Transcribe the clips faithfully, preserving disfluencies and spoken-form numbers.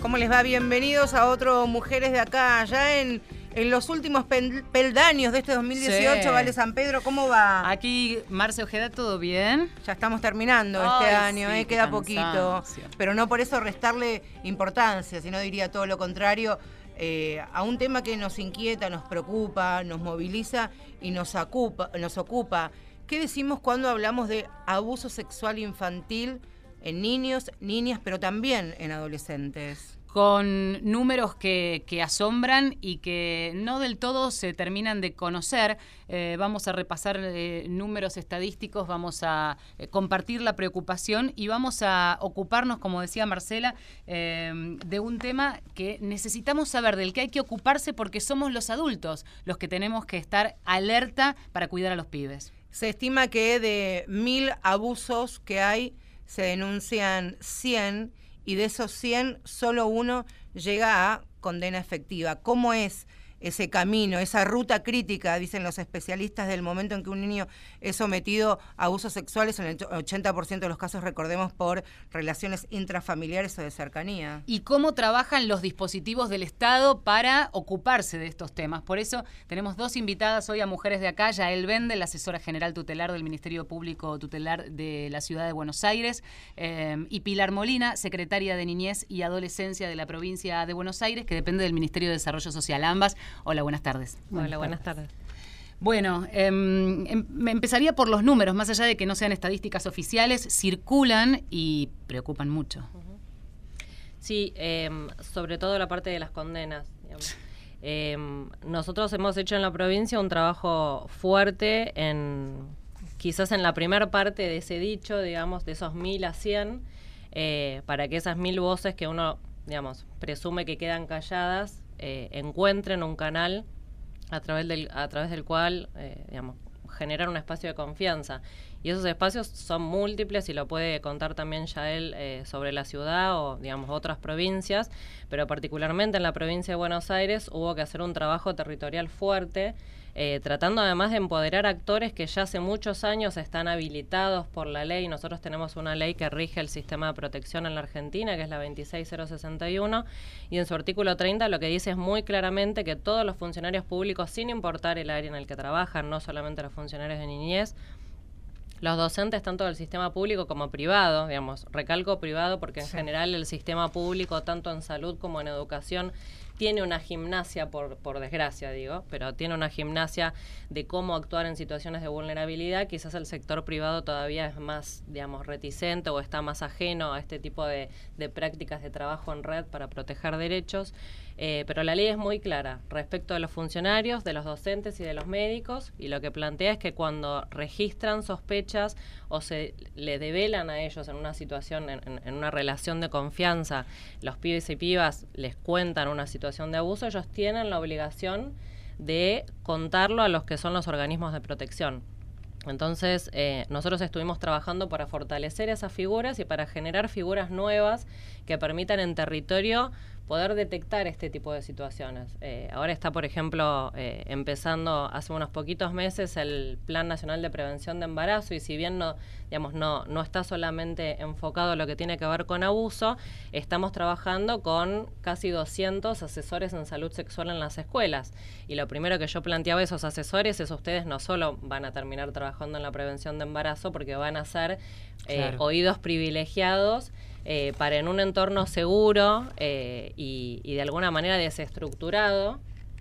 ¿Cómo les va? Bienvenidos a otro Mujeres de Acá, ya en, en los últimos peldaños de este dos mil dieciocho, sí. Vale San Pedro, ¿cómo va? Aquí, Marce Ojeda, ¿todo bien? Ya estamos terminando Ay, este año, sí, eh, queda poquito, pero no por eso restarle importancia, sino diría todo lo contrario, eh, a un tema que nos inquieta, nos preocupa, nos moviliza y nos ocupa, nos ocupa. ¿Qué decimos cuando hablamos de abuso sexual infantil en niños, niñas, pero también en adolescentes? Con números que, que asombran y que no del todo se terminan de conocer. Eh, vamos a repasar eh, números estadísticos, vamos a eh, compartir la preocupación y vamos a ocuparnos, como decía Marcela, eh, de un tema que necesitamos saber, del que hay que ocuparse porque somos los adultos los que tenemos que estar alerta para cuidar a los pibes. Se estima que de mil abusos que hay, se denuncian cien y de esos cien, solo uno llega a condena efectiva. ¿Cómo es ese camino, esa ruta crítica, dicen los especialistas, del momento en que un niño es sometido a abusos sexuales, en el ochenta por ciento de los casos, recordemos, por relaciones intrafamiliares o de cercanía? Y cómo trabajan los dispositivos del Estado para ocuparse de estos temas. Por eso tenemos dos invitadas hoy a Mujeres de Acá, Yael Bende, la asesora general tutelar del Ministerio Público Tutelar de la Ciudad de Buenos Aires, eh, y Pilar Molina, secretaria de Niñez y Adolescencia de la provincia de Buenos Aires, que depende del Ministerio de Desarrollo Social. Ambas. Hola, buenas tardes. Buenas Hola, buenas tardes. tardes. Bueno, eh, em, me empezaría por los números, más allá de que no sean estadísticas oficiales, circulan y preocupan mucho. Sí, eh, sobre todo la parte de las condenas. Eh, nosotros hemos hecho en la provincia un trabajo fuerte en, quizás en la primera parte de ese dicho, digamos, de esos mil a cien, eh, para que esas mil voces que uno, digamos, presume que quedan calladas, Eh, encuentren un canal a través del, a través del cual, eh, digamos, generar un espacio de confianza. Y esos espacios son múltiples y lo puede contar también Yael eh, sobre la ciudad o, digamos, otras provincias, pero particularmente en la provincia de Buenos Aires hubo que hacer un trabajo territorial fuerte, eh, tratando además de empoderar actores que ya hace muchos años están habilitados por la ley. Nosotros tenemos una ley que rige el sistema de protección en la Argentina, que es la veintiséis mil sesenta y uno, y en su artículo treinta lo que dice es muy claramente que todos los funcionarios públicos, sin importar el área en el que trabajan, no solamente los funcionarios de niñez, los docentes, tanto del sistema público como privado, digamos, recalco privado porque en sí. general el sistema público, tanto en salud como en educación, tiene una gimnasia, por, por desgracia digo, pero tiene una gimnasia de cómo actuar en situaciones de vulnerabilidad. Quizás el sector privado todavía es más, digamos, reticente o está más ajeno a este tipo de, de prácticas de trabajo en red para proteger derechos. Eh, pero la ley es muy clara respecto de los funcionarios, de los docentes y de los médicos, y lo que plantea es que cuando registran sospechas o se le develan a ellos en una situación, en, en una relación de confianza, los pibes y pibas les cuentan una situación de abuso, ellos tienen la obligación de contarlo a los que son los organismos de protección. Entonces, eh, nosotros estuvimos trabajando para fortalecer esas figuras y para generar figuras nuevas que permitan en territorio poder detectar este tipo de situaciones. Eh, ahora está, por ejemplo, eh, empezando hace unos poquitos meses el Plan Nacional de Prevención de Embarazo, y si bien no, digamos, no, no está solamente enfocado a lo que tiene que ver con abuso, estamos trabajando con casi doscientos asesores en salud sexual en las escuelas. Y lo primero que yo planteaba a esos asesores es: ustedes no solo van a terminar trabajando en la prevención de embarazo, porque van a ser eh, claro. oídos privilegiados Eh, para en un entorno seguro eh, y, y de alguna manera desestructurado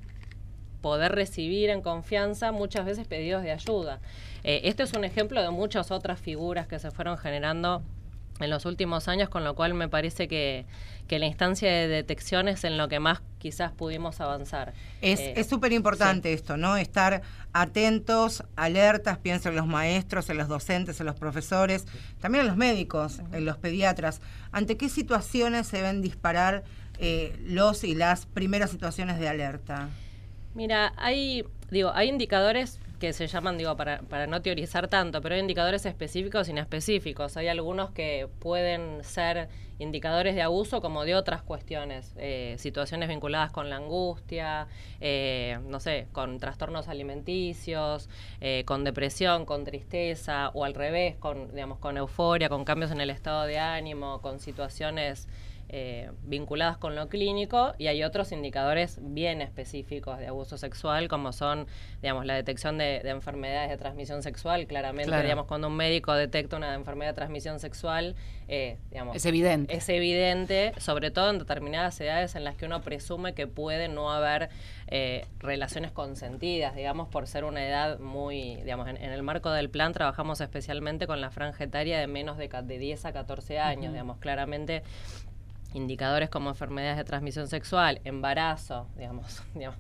poder recibir en confianza muchas veces pedidos de ayuda. Eh, este es un ejemplo de muchas otras figuras que se fueron generando en los últimos años, con lo cual me parece que, que la instancia de detección es en lo que más quizás pudimos avanzar. Es eh, es súper importante sí. esto, ¿no? Estar atentos, alertas, pienso en los maestros, en los docentes, en los profesores, también en los médicos, uh-huh. en los pediatras. ¿Ante qué situaciones se deben disparar eh, los y las primeras situaciones de alerta? Mira, hay, digo, hay indicadores que se llaman, digo, para, para no teorizar tanto, pero hay indicadores específicos e inespecíficos. Hay algunos que pueden ser indicadores de abuso como de otras cuestiones, eh, situaciones vinculadas con la angustia, eh, no sé, con trastornos alimenticios, eh, con depresión, con tristeza, o al revés, con, digamos, con euforia, con cambios en el estado de ánimo, con situaciones eh, vinculadas con lo clínico, y hay otros indicadores bien específicos de abuso sexual, como son, digamos, la detección de, de enfermedades de transmisión sexual. Claramente, claro. digamos, cuando un médico detecta una enfermedad de transmisión sexual, eh, digamos, es evidente. Es evidente, sobre todo en determinadas edades en las que uno presume que puede no haber eh, relaciones consentidas, digamos, por ser una edad muy, digamos, en, en el marco del plan trabajamos especialmente con la franja etaria de menos de, de diez a catorce años, uh-huh. digamos, claramente indicadores como enfermedades de transmisión sexual, embarazo, digamos, digamos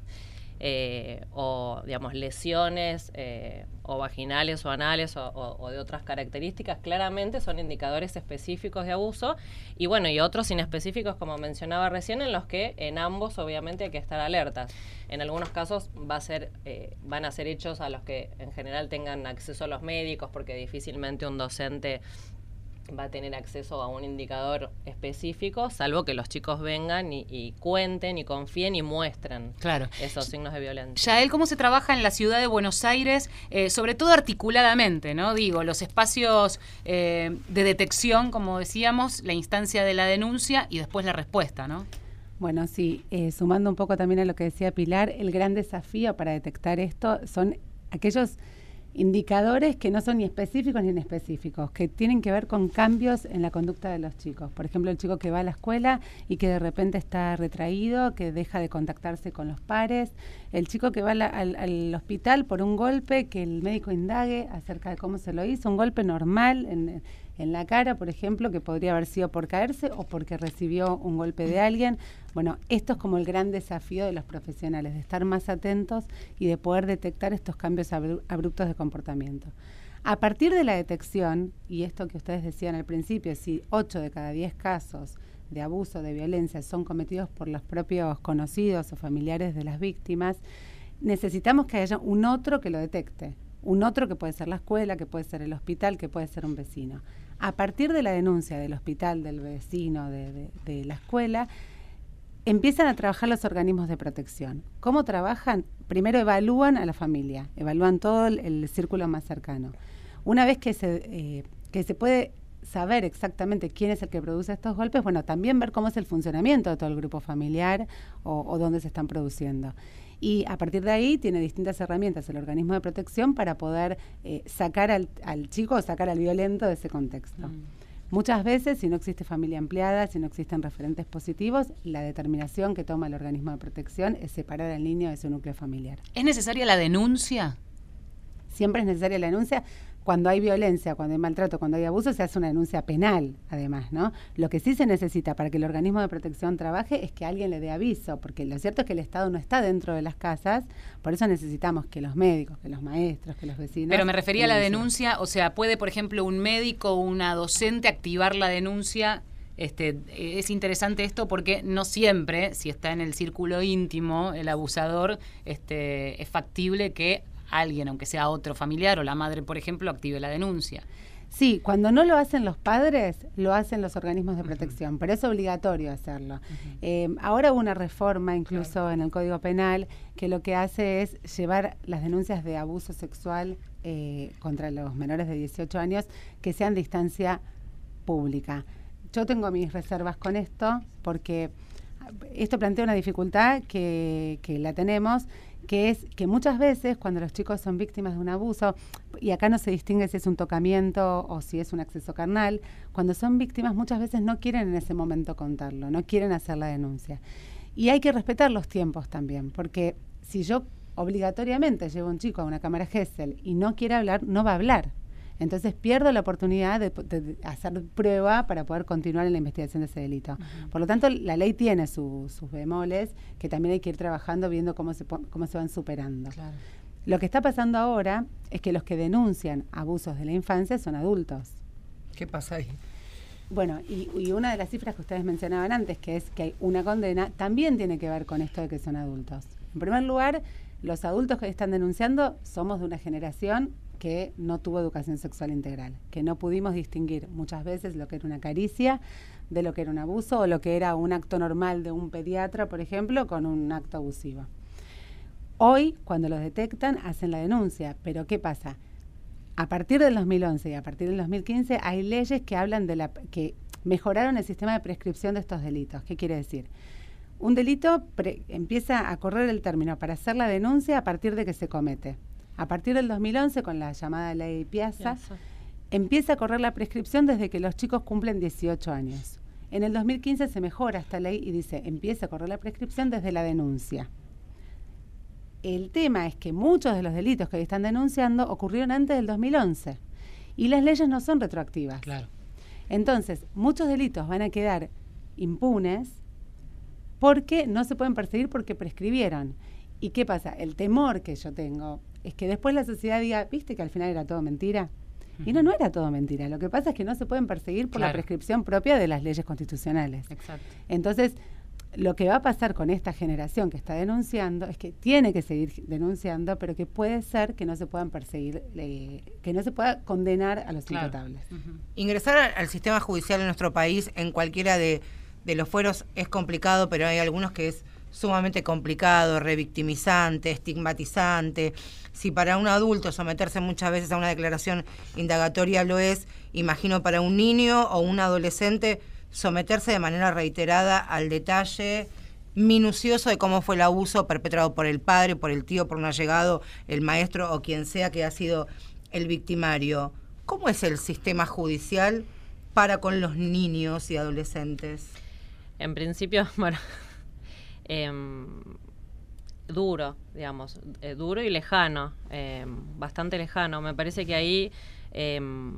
eh, o digamos lesiones eh, o vaginales o anales o, o, o de otras características, claramente son indicadores específicos de abuso, y bueno, y otros inespecíficos, como mencionaba recién, en los que en ambos obviamente hay que estar alertas. En algunos casos va a ser, eh, van a ser hechos a los que en general tengan acceso a los médicos, porque difícilmente un docente va a tener acceso a un indicador específico, salvo que los chicos vengan y, y cuenten y confíen y muestren claro. esos signos de violencia. Yael, ¿cómo se trabaja en la ciudad de Buenos Aires, eh, sobre todo articuladamente, ¿no? Digo, los espacios eh, de detección, como decíamos, la instancia de la denuncia y después la respuesta, ¿no? Bueno, sí, eh, sumando un poco también a lo que decía Pilar, el gran desafío para detectar esto son aquellos indicadores que no son ni específicos ni inespecíficos, que tienen que ver con cambios en la conducta de los chicos. Por ejemplo, el chico que va a la escuela y que de repente está retraído, que deja de contactarse con los pares, el chico que va la, al, al hospital por un golpe, que el médico indague acerca de cómo se lo hizo, un golpe normal en, en la cara, por ejemplo, que podría haber sido por caerse o porque recibió un golpe de alguien. Bueno, esto es como el gran desafío de los profesionales, de estar más atentos y de poder detectar estos cambios abru- abruptos de comportamiento. A partir de la detección, y esto que ustedes decían al principio, si ocho de cada diez casos de abuso, de violencia, son cometidos por los propios conocidos o familiares de las víctimas, necesitamos que haya un otro que lo detecte, un otro que puede ser la escuela, que puede ser el hospital, que puede ser un vecino. A partir de la denuncia del hospital, del vecino, de, de, de la escuela, empiezan a trabajar los organismos de protección. ¿Cómo trabajan? Primero evalúan a la familia, evalúan todo el, el círculo más cercano. Una vez que se, eh, que se puede saber exactamente quién es el que produce estos golpes, bueno, también ver cómo es el funcionamiento de todo el grupo familiar o, o dónde se están produciendo. Y a partir de ahí tiene distintas herramientas el organismo de protección para poder eh, sacar al, al chico o sacar al violento de ese contexto. Mm. Muchas veces, si no existe familia ampliada, si no existen referentes positivos, la determinación que toma el organismo de protección es separar al niño de su núcleo familiar. ¿Es necesaria la denuncia? Siempre es necesaria la denuncia. Cuando hay violencia, cuando hay maltrato, cuando hay abuso, se hace una denuncia penal, además, ¿no? Lo que sí se necesita para que el organismo de protección trabaje es que alguien le dé aviso, porque lo cierto es que el Estado no está dentro de las casas, por eso necesitamos que los médicos, que los maestros, que los vecinos... Pero me refería a la denuncia, o sea, ¿puede, por ejemplo, un médico o una docente activar la denuncia? Este, es interesante esto porque no siempre, si está en el círculo íntimo, el abusador, este, es factible que alguien, aunque sea otro familiar o la madre, por ejemplo, active la denuncia. Sí, cuando no lo hacen los padres, lo hacen los organismos de protección, uh-huh. pero es obligatorio hacerlo. Uh-huh. Eh, ahora hubo una reforma incluso claro. en el Código Penal que lo que hace es llevar las denuncias de abuso sexual eh, contra los menores de dieciocho años que sean de instancia pública. Yo tengo mis reservas con esto porque esto plantea una dificultad que, que la tenemos, que es que muchas veces cuando los chicos son víctimas de un abuso, y acá no se distingue si es un tocamiento o si es un acceso carnal, cuando son víctimas muchas veces no quieren en ese momento contarlo, no quieren hacer la denuncia. Y hay que respetar los tiempos también, porque si yo obligatoriamente llevo a un chico a una cámara Gesell y no quiere hablar, no va a hablar. Entonces pierdo la oportunidad de, de, de hacer prueba para poder continuar en la investigación de ese delito. Uh-huh. Por lo tanto, la ley tiene su, sus bemoles que también hay que ir trabajando viendo cómo se, cómo se van superando. Claro. Lo que está pasando ahora es que los que denuncian abusos de la infancia son adultos. ¿Qué pasa ahí? Bueno, y, y una de las cifras que ustedes mencionaban antes, que es que hay una condena, también tiene que ver con esto de que son adultos. En primer lugar, los adultos que están denunciando somos de una generación que no tuvo educación sexual integral, que no pudimos distinguir muchas veces lo que era una caricia de lo que era un abuso o lo que era un acto normal de un pediatra, por ejemplo, con un acto abusivo. Hoy, cuando los detectan, hacen la denuncia, pero ¿qué pasa? A partir del dos mil once y a partir del dos mil quince hay leyes que hablan de la que mejoraron el sistema de prescripción de estos delitos. ¿Qué quiere decir? Un delito pre- empieza a correr el término para hacer la denuncia a partir de que se comete. A partir del dos mil once, con la llamada ley Piazza, Piazza. empieza a correr la prescripción desde que los chicos cumplen dieciocho años. En el dos mil quince se mejora esta ley y dice, empieza a correr la prescripción desde la denuncia. El tema es que muchos de los delitos que hoy están denunciando ocurrieron antes del dos mil once y las leyes no son retroactivas. Claro. Entonces, muchos delitos van a quedar impunes porque no se pueden perseguir porque prescribieron. ¿Y qué pasa? El temor que yo tengo es que después la sociedad diga, ¿viste que al final era todo mentira? Uh-huh. Y no, no era todo mentira. Lo que pasa es que no se pueden perseguir por claro. la prescripción propia de las leyes constitucionales. Exacto. Entonces, lo que va a pasar con esta generación que está denunciando es que tiene que seguir denunciando, pero que puede ser que no se puedan perseguir, eh, que no se pueda condenar a los claro. imputables. Uh-huh. Ingresar al, al sistema judicial en nuestro país en cualquiera de, de los fueros es complicado, pero hay algunos que es sumamente complicado, revictimizante, estigmatizante. Si para un adulto someterse muchas veces a una declaración indagatoria lo es, imagino para un niño o un adolescente someterse de manera reiterada al detalle minucioso de cómo fue el abuso perpetrado por el padre, por el tío, por un allegado, el maestro o quien sea que ha sido el victimario. ¿Cómo es el sistema judicial para con los niños y adolescentes? En principio, bueno, eh, duro, digamos, eh, duro y lejano, eh, bastante lejano. Me parece que ahí eh,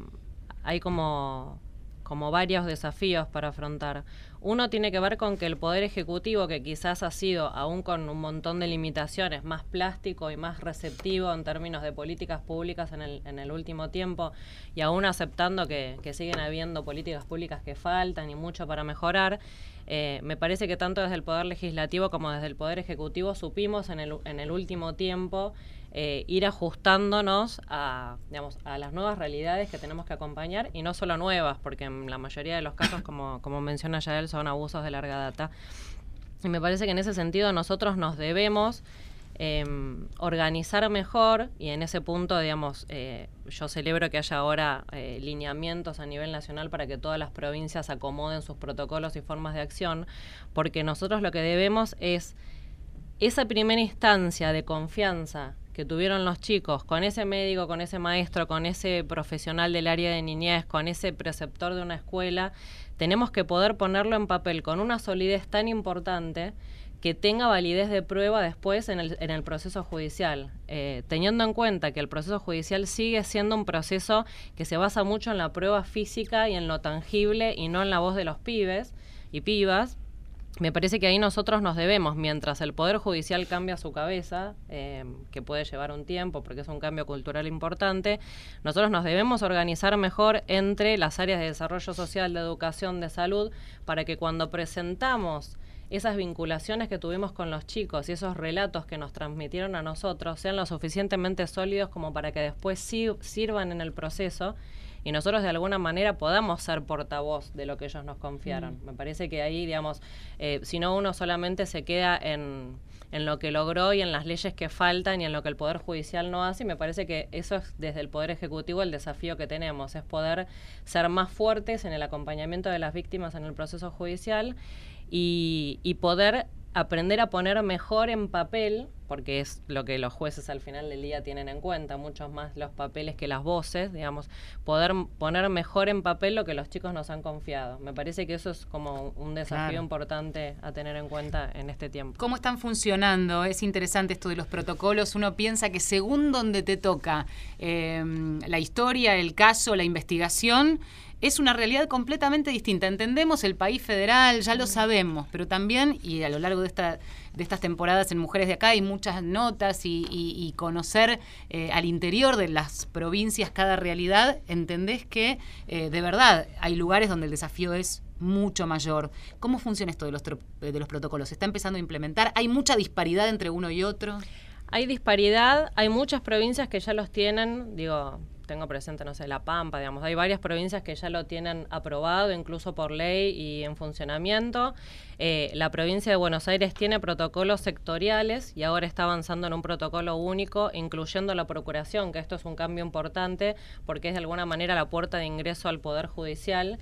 hay como... como varios desafíos para afrontar. Uno tiene que ver con que el Poder Ejecutivo, que quizás ha sido, aún con un montón de limitaciones, más plástico y más receptivo en términos de políticas públicas en el, en el último tiempo, y aún aceptando que, que siguen habiendo políticas públicas que faltan y mucho para mejorar, eh, me parece que tanto desde el Poder Legislativo como desde el Poder Ejecutivo supimos en el, en el último tiempo Eh, ir ajustándonos a, digamos, a las nuevas realidades que tenemos que acompañar, y no solo nuevas, porque en la mayoría de los casos, como, como menciona Yael, son abusos de larga data. Y me parece que en ese sentido nosotros nos debemos eh, organizar mejor, y en ese punto, digamos, eh, yo celebro que haya ahora eh, lineamientos a nivel nacional para que todas las provincias acomoden sus protocolos y formas de acción, porque nosotros lo que debemos es esa primera instancia de confianza que tuvieron los chicos con ese médico, con ese maestro, con ese profesional del área de niñez, con ese preceptor de una escuela, tenemos que poder ponerlo en papel con una solidez tan importante que tenga validez de prueba después en el, en el proceso judicial, eh, teniendo en cuenta que el proceso judicial sigue siendo un proceso que se basa mucho en la prueba física y en lo tangible y no en la voz de los pibes y pibas. Me parece que ahí nosotros nos debemos, mientras el Poder Judicial cambia su cabeza, eh, que puede llevar un tiempo porque es un cambio cultural importante, nosotros nos debemos organizar mejor entre las áreas de desarrollo social, de educación, de salud, para que cuando presentamos esas vinculaciones que tuvimos con los chicos y esos relatos que nos transmitieron a nosotros sean lo suficientemente sólidos como para que después sí sirvan en el proceso y nosotros de alguna manera podamos ser portavoz de lo que ellos nos confiaron. Mm. Me parece que ahí, digamos, eh, si no uno solamente se queda en, en lo que logró y en las leyes que faltan y en lo que el Poder Judicial no hace, y me parece que eso es desde el Poder Ejecutivo el desafío que tenemos, es poder ser más fuertes en el acompañamiento de las víctimas en el proceso judicial y, y poder aprender a poner mejor en papel, porque es lo que los jueces al final del día tienen en cuenta, muchos más los papeles que las voces, digamos, poder poner mejor en papel lo que los chicos nos han confiado. Me parece que eso es como un desafío claro. importante a tener en cuenta en este tiempo. ¿Cómo están funcionando? Es interesante esto de los protocolos. Uno piensa que según donde te toca eh, la historia, el caso, la investigación, es una realidad completamente distinta. Entendemos el país federal, ya lo sabemos, pero también, y a lo largo de esta de estas temporadas en Mujeres de Acá hay muchas notas y, y, y conocer eh, al interior de las provincias cada realidad, entendés que eh, de verdad hay lugares donde el desafío es mucho mayor. ¿Cómo funciona esto de los, de los protocolos? ¿Se está empezando a implementar? ¿Hay mucha disparidad entre uno y otro? Hay disparidad, hay muchas provincias que ya los tienen, digo... tengo presente, no sé, La Pampa, digamos, hay varias provincias que ya lo tienen aprobado, incluso por ley y en funcionamiento. Eh, la provincia de Buenos Aires tiene protocolos sectoriales y ahora está avanzando en un protocolo único, incluyendo la procuración, que esto es un cambio importante porque es de alguna manera la puerta de ingreso al Poder Judicial.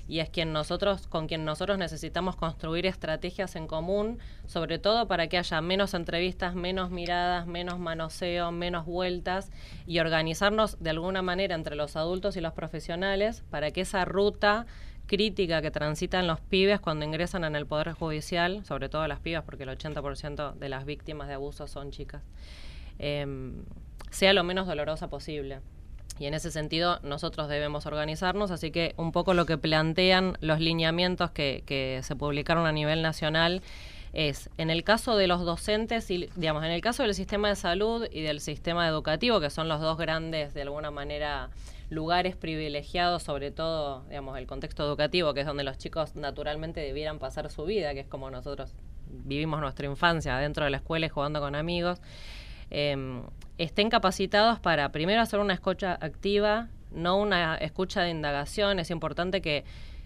y es quien nosotros, con quien nosotros necesitamos construir estrategias en común, sobre todo para que haya menos entrevistas, menos miradas, menos manoseo, menos vueltas, y organizarnos de alguna manera entre los adultos y los profesionales para que esa ruta crítica que transitan los pibes cuando ingresan en el Poder Judicial, sobre todo las pibas, porque el ochenta por ciento de las víctimas de abuso son chicas, eh, sea lo menos dolorosa posible. Y en ese sentido nosotros debemos organizarnos, así que un poco lo que plantean los lineamientos que, que se publicaron a nivel nacional es, en el caso de los docentes, y digamos, en el caso del sistema de salud y del sistema educativo, que son los dos grandes, de alguna manera, lugares privilegiados, sobre todo, digamos, el contexto educativo, que es donde los chicos naturalmente debieran pasar su vida, que es como nosotros vivimos nuestra infancia, dentro de la escuela y jugando con amigos, eh, estén capacitados para primero hacer una escucha activa, no una escucha de indagación. Es importante que,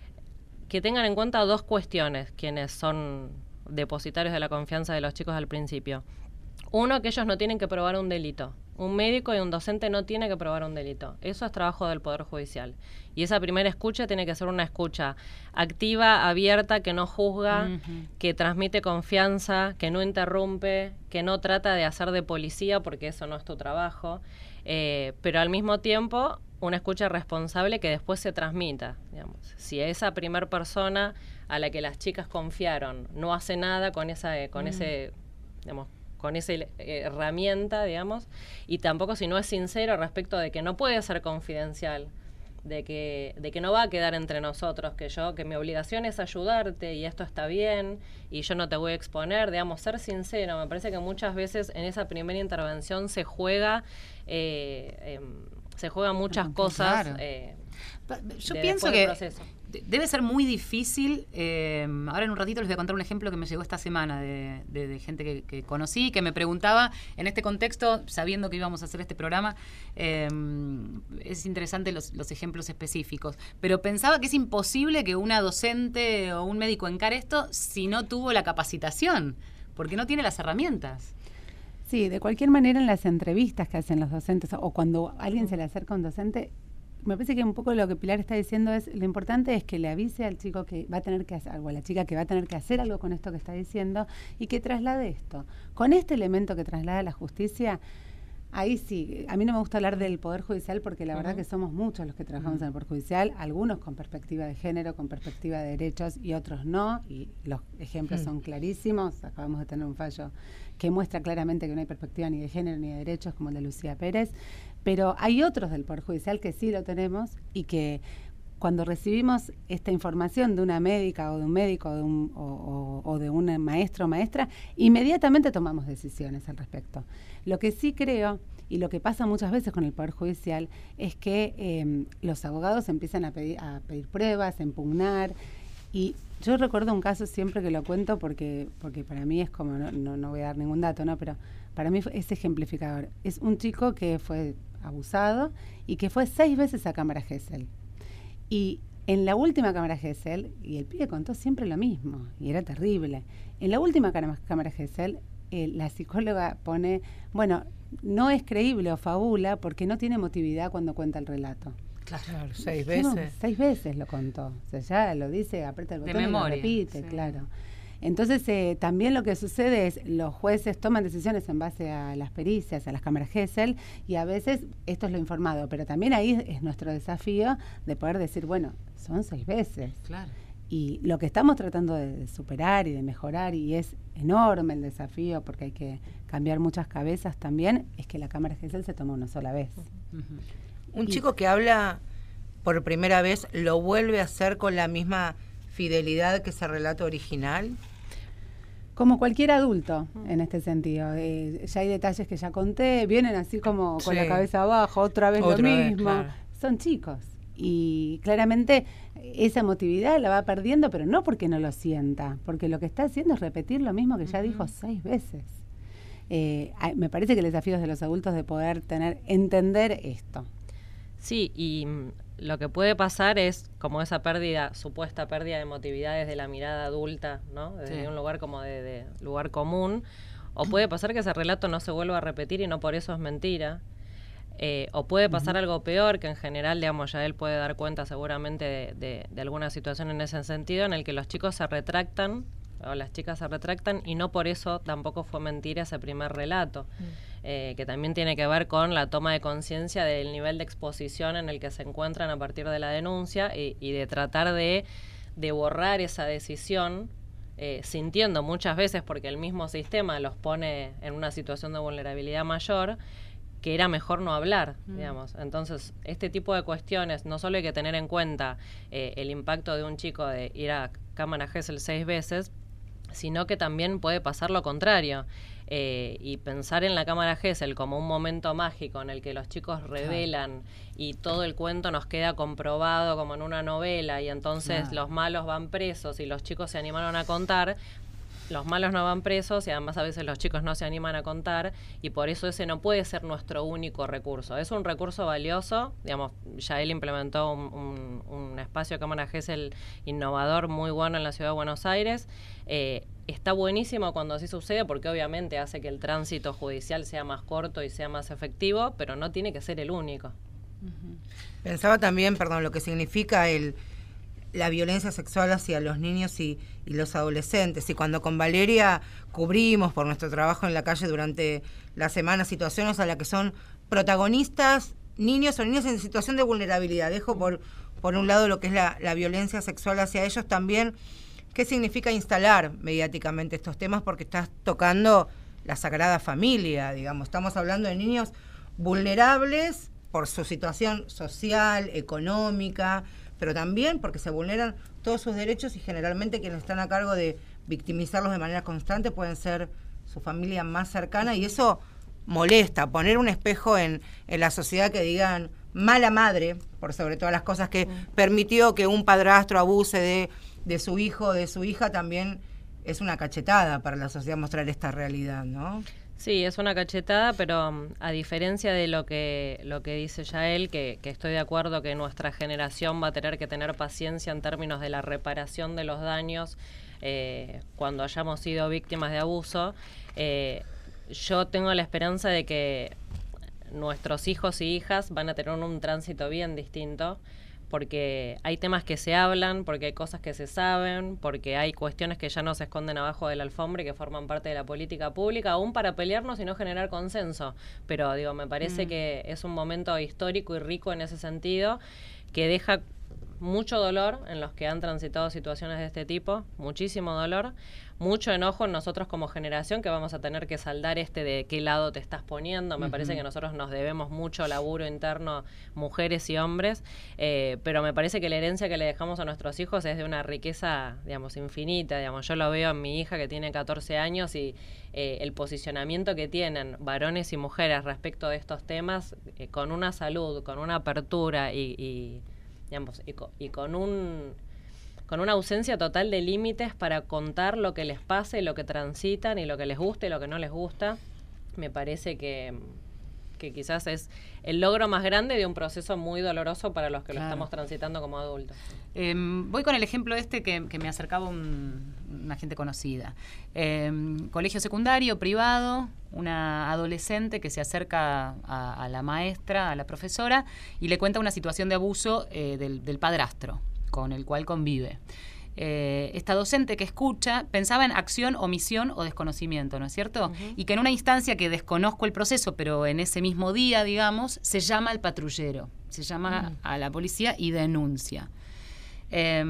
que tengan en cuenta dos cuestiones quienes son depositarios de la confianza de los chicos al principio. Uno, que ellos no tienen que probar un delito. Un médico y un docente no tienen que probar un delito. Eso es trabajo del Poder Judicial. Y esa primera escucha tiene que ser una escucha activa, abierta, que no juzga, uh-huh. que transmite confianza, que no interrumpe, que no trata de hacer de policía, porque eso no es tu trabajo. Eh, pero al mismo tiempo, una escucha responsable que después se transmita. Digamos. Si esa primer persona a la que las chicas confiaron no hace nada con esa, con uh-huh. ese, digamos, con esa eh, herramienta, digamos, y tampoco si no es sincero respecto de que no puede ser confidencial, de que, de que no va a quedar entre nosotros, que yo, que mi obligación es ayudarte y esto está bien y yo no te voy a exponer, digamos, ser sincero. Me parece que muchas veces en esa primera intervención se juega, eh, eh, se juegan muchas cosas. Claro. Eh, Yo de pienso que proceso. Debe ser muy difícil. Eh, ahora en un ratito les voy a contar un ejemplo que me llegó esta semana de, de, de gente que, que conocí, que me preguntaba en este contexto, sabiendo que íbamos a hacer este programa, eh, es interesante los, los ejemplos específicos, pero pensaba que es imposible que una docente o un médico encare esto si no tuvo la capacitación, porque no tiene las herramientas. Sí, de cualquier manera en las entrevistas que hacen los docentes o cuando alguien se le acerca a un docente, me parece que un poco lo que Pilar está diciendo es, lo importante es que le avise al chico que va a tener que hacer algo, a la chica que va a tener que hacer algo con esto que está diciendo y que traslade esto. Con este elemento que traslada la justicia, ahí sí, a mí no me gusta hablar del Poder Judicial porque la uh-huh. verdad que somos muchos los que trabajamos uh-huh. en el Poder Judicial, algunos con perspectiva de género, con perspectiva de derechos y otros no, y los ejemplos uh-huh. son clarísimos. Acabamos de tener un fallo que muestra claramente que no hay perspectiva ni de género ni de derechos, como el de Lucía Pérez, pero hay otros del Poder Judicial que sí lo tenemos y que cuando recibimos esta información de una médica o de un médico o de un, o, o, o de un maestro o maestra, inmediatamente tomamos decisiones al respecto. Lo que sí creo, y lo que pasa muchas veces con el Poder Judicial, es que eh, los abogados empiezan a pedir, a pedir pruebas, a impugnar, y yo recuerdo un caso siempre que lo cuento porque, porque para mí es como, no, no, no voy a dar ningún dato, ¿no? Pero para mí es ejemplificador. Es un chico que fue abusado y que fue seis veces a cámara Gesell. Y en la última cámara Gesell, y el pibe contó siempre lo mismo, y era terrible, en la última cámara Gesell, eh, la psicóloga pone, bueno, no es creíble o fabula porque no tiene emotividad cuando cuenta el relato. Claro, seis No, veces. Seis veces lo contó. O sea, ya lo dice, aprieta el botón de memoria, y lo repite, sí. claro. Entonces, eh, también lo que sucede es los jueces toman decisiones en base a las pericias, a las cámaras Gesell, y a veces esto es lo informado, pero también ahí es nuestro desafío de poder decir, bueno, son seis veces. Claro. Y lo que estamos tratando de superar y de mejorar, y es enorme el desafío porque hay que cambiar muchas cabezas también, es que la cámara Gesell se toma una sola vez. Uh-huh. Un y, chico que habla por primera vez, ¿lo vuelve a hacer con la misma fidelidad que ese relato original? Como cualquier adulto, en este sentido. Eh, ya hay detalles que ya conté, vienen así como con sí. la cabeza abajo, otra vez otra lo vez, mismo. Claro. Son chicos. Y claramente esa emotividad la va perdiendo, pero no porque no lo sienta, porque lo que está haciendo es repetir lo mismo que ya uh-huh. dijo seis veces. Eh, me parece que el desafío es de los adultos de poder tener, entender esto. Sí, y lo que puede pasar es como esa pérdida, supuesta pérdida de emotividad desde la mirada adulta, ¿no? Desde sí. un lugar como de, de lugar común, o puede pasar que ese relato no se vuelva a repetir y no por eso es mentira. Eh, o puede pasar uh-huh. algo peor, que en general, digamos, ya él puede dar cuenta seguramente de, de, de alguna situación en ese sentido, en el que los chicos se retractan, o las chicas se retractan, y no por eso tampoco fue mentira ese primer relato, uh-huh. eh, que también tiene que ver con la toma de conciencia del nivel de exposición en el que se encuentran a partir de la denuncia, y, y de tratar de, de borrar esa decisión, eh, sintiendo muchas veces, porque el mismo sistema los pone en una situación de vulnerabilidad mayor, que era mejor no hablar, mm. digamos. Entonces, este tipo de cuestiones, no solo hay que tener en cuenta eh, el impacto de un chico de ir a cámara Gesell seis veces, sino que también puede pasar lo contrario. Eh, y pensar en la cámara Gesell como un momento mágico en el que los chicos revelan claro. y todo el cuento nos queda comprobado como en una novela, y entonces claro. los malos van presos y los chicos se animaron a contar. Los malos no van presos y además a veces los chicos no se animan a contar, y por eso ese no puede ser nuestro único recurso. Es un recurso valioso, digamos, ya él implementó un, un, un espacio de cámara Gesell innovador muy bueno en la Ciudad de Buenos Aires. Eh, está buenísimo cuando así sucede, porque obviamente hace que el tránsito judicial sea más corto y sea más efectivo, pero no tiene que ser el único. Uh-huh. Pensaba también, perdón, lo que significa el... la violencia sexual hacia los niños y, y los adolescentes. Y cuando con Valeria cubrimos por nuestro trabajo en la calle durante la semana situaciones a las que son protagonistas niños o niñas en situación de vulnerabilidad. Dejo por, por un lado lo que es la, la violencia sexual hacia ellos, también qué significa instalar mediáticamente estos temas, porque estás tocando la Sagrada Familia, digamos. Estamos hablando de niños vulnerables por su situación social, económica, pero también porque se vulneran todos sus derechos, y generalmente quienes están a cargo de victimizarlos de manera constante pueden ser su familia más cercana, y eso molesta. Poner un espejo en, en la sociedad que digan mala madre, por sobre todas las cosas, que mm. permitió que un padrastro abuse de, de su hijo o de su hija, también es una cachetada para la sociedad mostrar esta realidad, ¿no? Sí, es una cachetada, pero um, a diferencia de lo que lo que dice Yael, que, que estoy de acuerdo que nuestra generación va a tener que tener paciencia en términos de la reparación de los daños eh, cuando hayamos sido víctimas de abuso, eh, yo tengo la esperanza de que nuestros hijos y hijas van a tener un, un tránsito bien distinto, porque hay temas que se hablan, porque hay cosas que se saben, porque hay cuestiones que ya no se esconden abajo de la alfombra y que forman parte de la política pública, aún para pelearnos y no generar consenso. Pero digo, me parece mm. que es un momento histórico y rico en ese sentido, que deja mucho dolor en los que han transitado situaciones de este tipo, muchísimo dolor, mucho enojo en nosotros como generación, que vamos a tener que saldar este de qué lado te estás poniendo. Me uh-huh. parece que nosotros nos debemos mucho laburo interno, mujeres y hombres, eh, pero me parece que la herencia que le dejamos a nuestros hijos es de una riqueza, digamos, infinita. Digamos, yo lo veo en mi hija, que tiene catorce años, y eh, el posicionamiento que tienen varones y mujeres respecto de estos temas, eh, con una salud, con una apertura y, y digamos, y con, y con un con una ausencia total de límites para contar lo que les pasa y lo que transitan y lo que les gusta y lo que no les gusta. Me parece que, que quizás es el logro más grande de un proceso muy doloroso para los que claro. lo estamos transitando como adultos. Eh, voy con el ejemplo este que, que me acercaba un, una gente conocida. Eh, colegio secundario, privado, una adolescente que se acerca a, a la maestra, a la profesora, y le cuenta una situación de abuso eh, del, del padrastro con el cual convive. Eh, esta docente que escucha pensaba en acción, omisión o desconocimiento, ¿no es cierto? Uh-huh. Y que en una instancia que desconozco el proceso, pero en ese mismo día, digamos, se llama al patrullero, se llama uh-huh. a la policía y denuncia. Eh,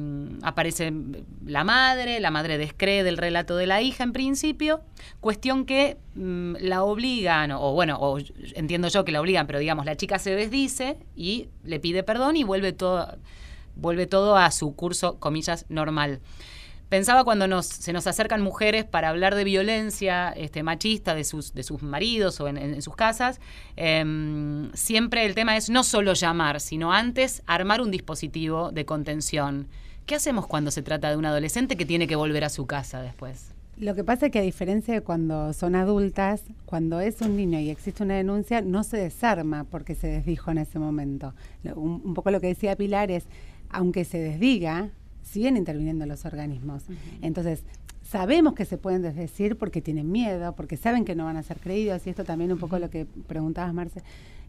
aparece la madre, la madre descree del relato de la hija en principio, cuestión que mm, la obligan, o bueno, o entiendo yo que la obligan, pero digamos, la chica se desdice y le pide perdón y vuelve todo... vuelve todo a su curso, comillas, normal. Pensaba cuando nos, se nos acercan mujeres para hablar de violencia este, machista de sus, de sus maridos o en, en sus casas, eh, siempre el tema es no solo llamar, sino antes armar un dispositivo de contención. ¿Qué hacemos cuando se trata de un adolescente que tiene que volver a su casa después? Lo que pasa es que, a diferencia de cuando son adultas, cuando es un niño y existe una denuncia, no se desarma porque se desdijo en ese momento. Un, un poco lo que decía Pilar es, aunque se desdiga, siguen interviniendo los organismos. Uh-huh. Entonces, sabemos que se pueden desdecir porque tienen miedo, porque saben que no van a ser creídos, y esto también un poco uh-huh. lo que preguntabas, Marce.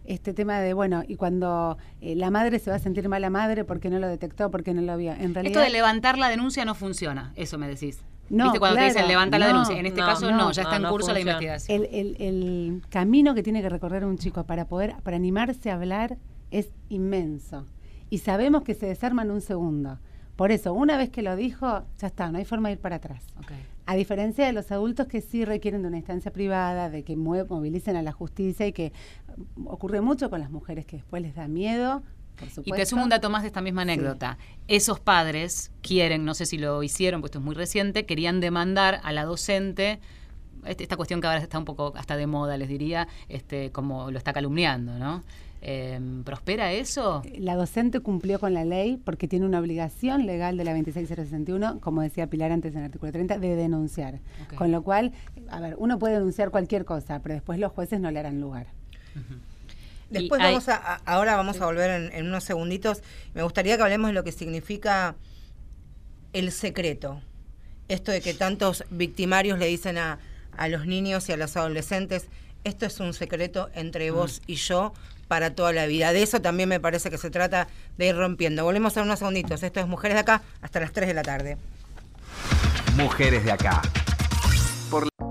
este tema de, bueno, y cuando eh, la madre se va a sentir mala madre porque no lo detectó, porque no lo vio. En realidad, esto de levantar la denuncia no funciona, eso me decís. No, ¿Viste cuando claro, te dicen levanta no, la denuncia? En este no, caso no, no, ya no, está en no curso funciona. la investigación. El, el, el camino que tiene que recorrer un chico para poder, para animarse a hablar es inmenso. Y sabemos que se desarma en un segundo. Por eso, una vez que lo dijo, ya está, no hay forma de ir para atrás. Okay. A diferencia de los adultos que sí requieren de una instancia privada, de que mue- movilicen a la justicia y que ocurre mucho con las mujeres que después les da miedo. Por supuesto. Y te sumo un dato más de esta misma anécdota. Sí. Esos padres quieren, no sé si lo hicieron, pues esto es muy reciente, querían demandar a la docente, este, esta cuestión que ahora está un poco hasta de moda, les diría, este, como lo está calumniando, ¿no? Eh, ¿Prospera eso? La docente cumplió con la ley porque tiene una obligación legal de la veintiséis mil sesenta y uno, como decía Pilar antes en el artículo treinta, de denunciar. Okay. Con lo cual, a ver, uno puede denunciar cualquier cosa, pero después los jueces no le harán lugar. Uh-huh. Después vamos a, a, ahora vamos sí. a volver en, en unos segunditos. Me gustaría que hablemos de lo que significa el secreto. Esto de que tantos victimarios le dicen a, a los niños y a los adolescentes, esto es un secreto entre vos mm. y yo para toda la vida. De eso también me parece que se trata de ir rompiendo. Volvemos en unos segunditos. Esto es Mujeres de Acá hasta las tres de la tarde. Mujeres de Acá. Por la...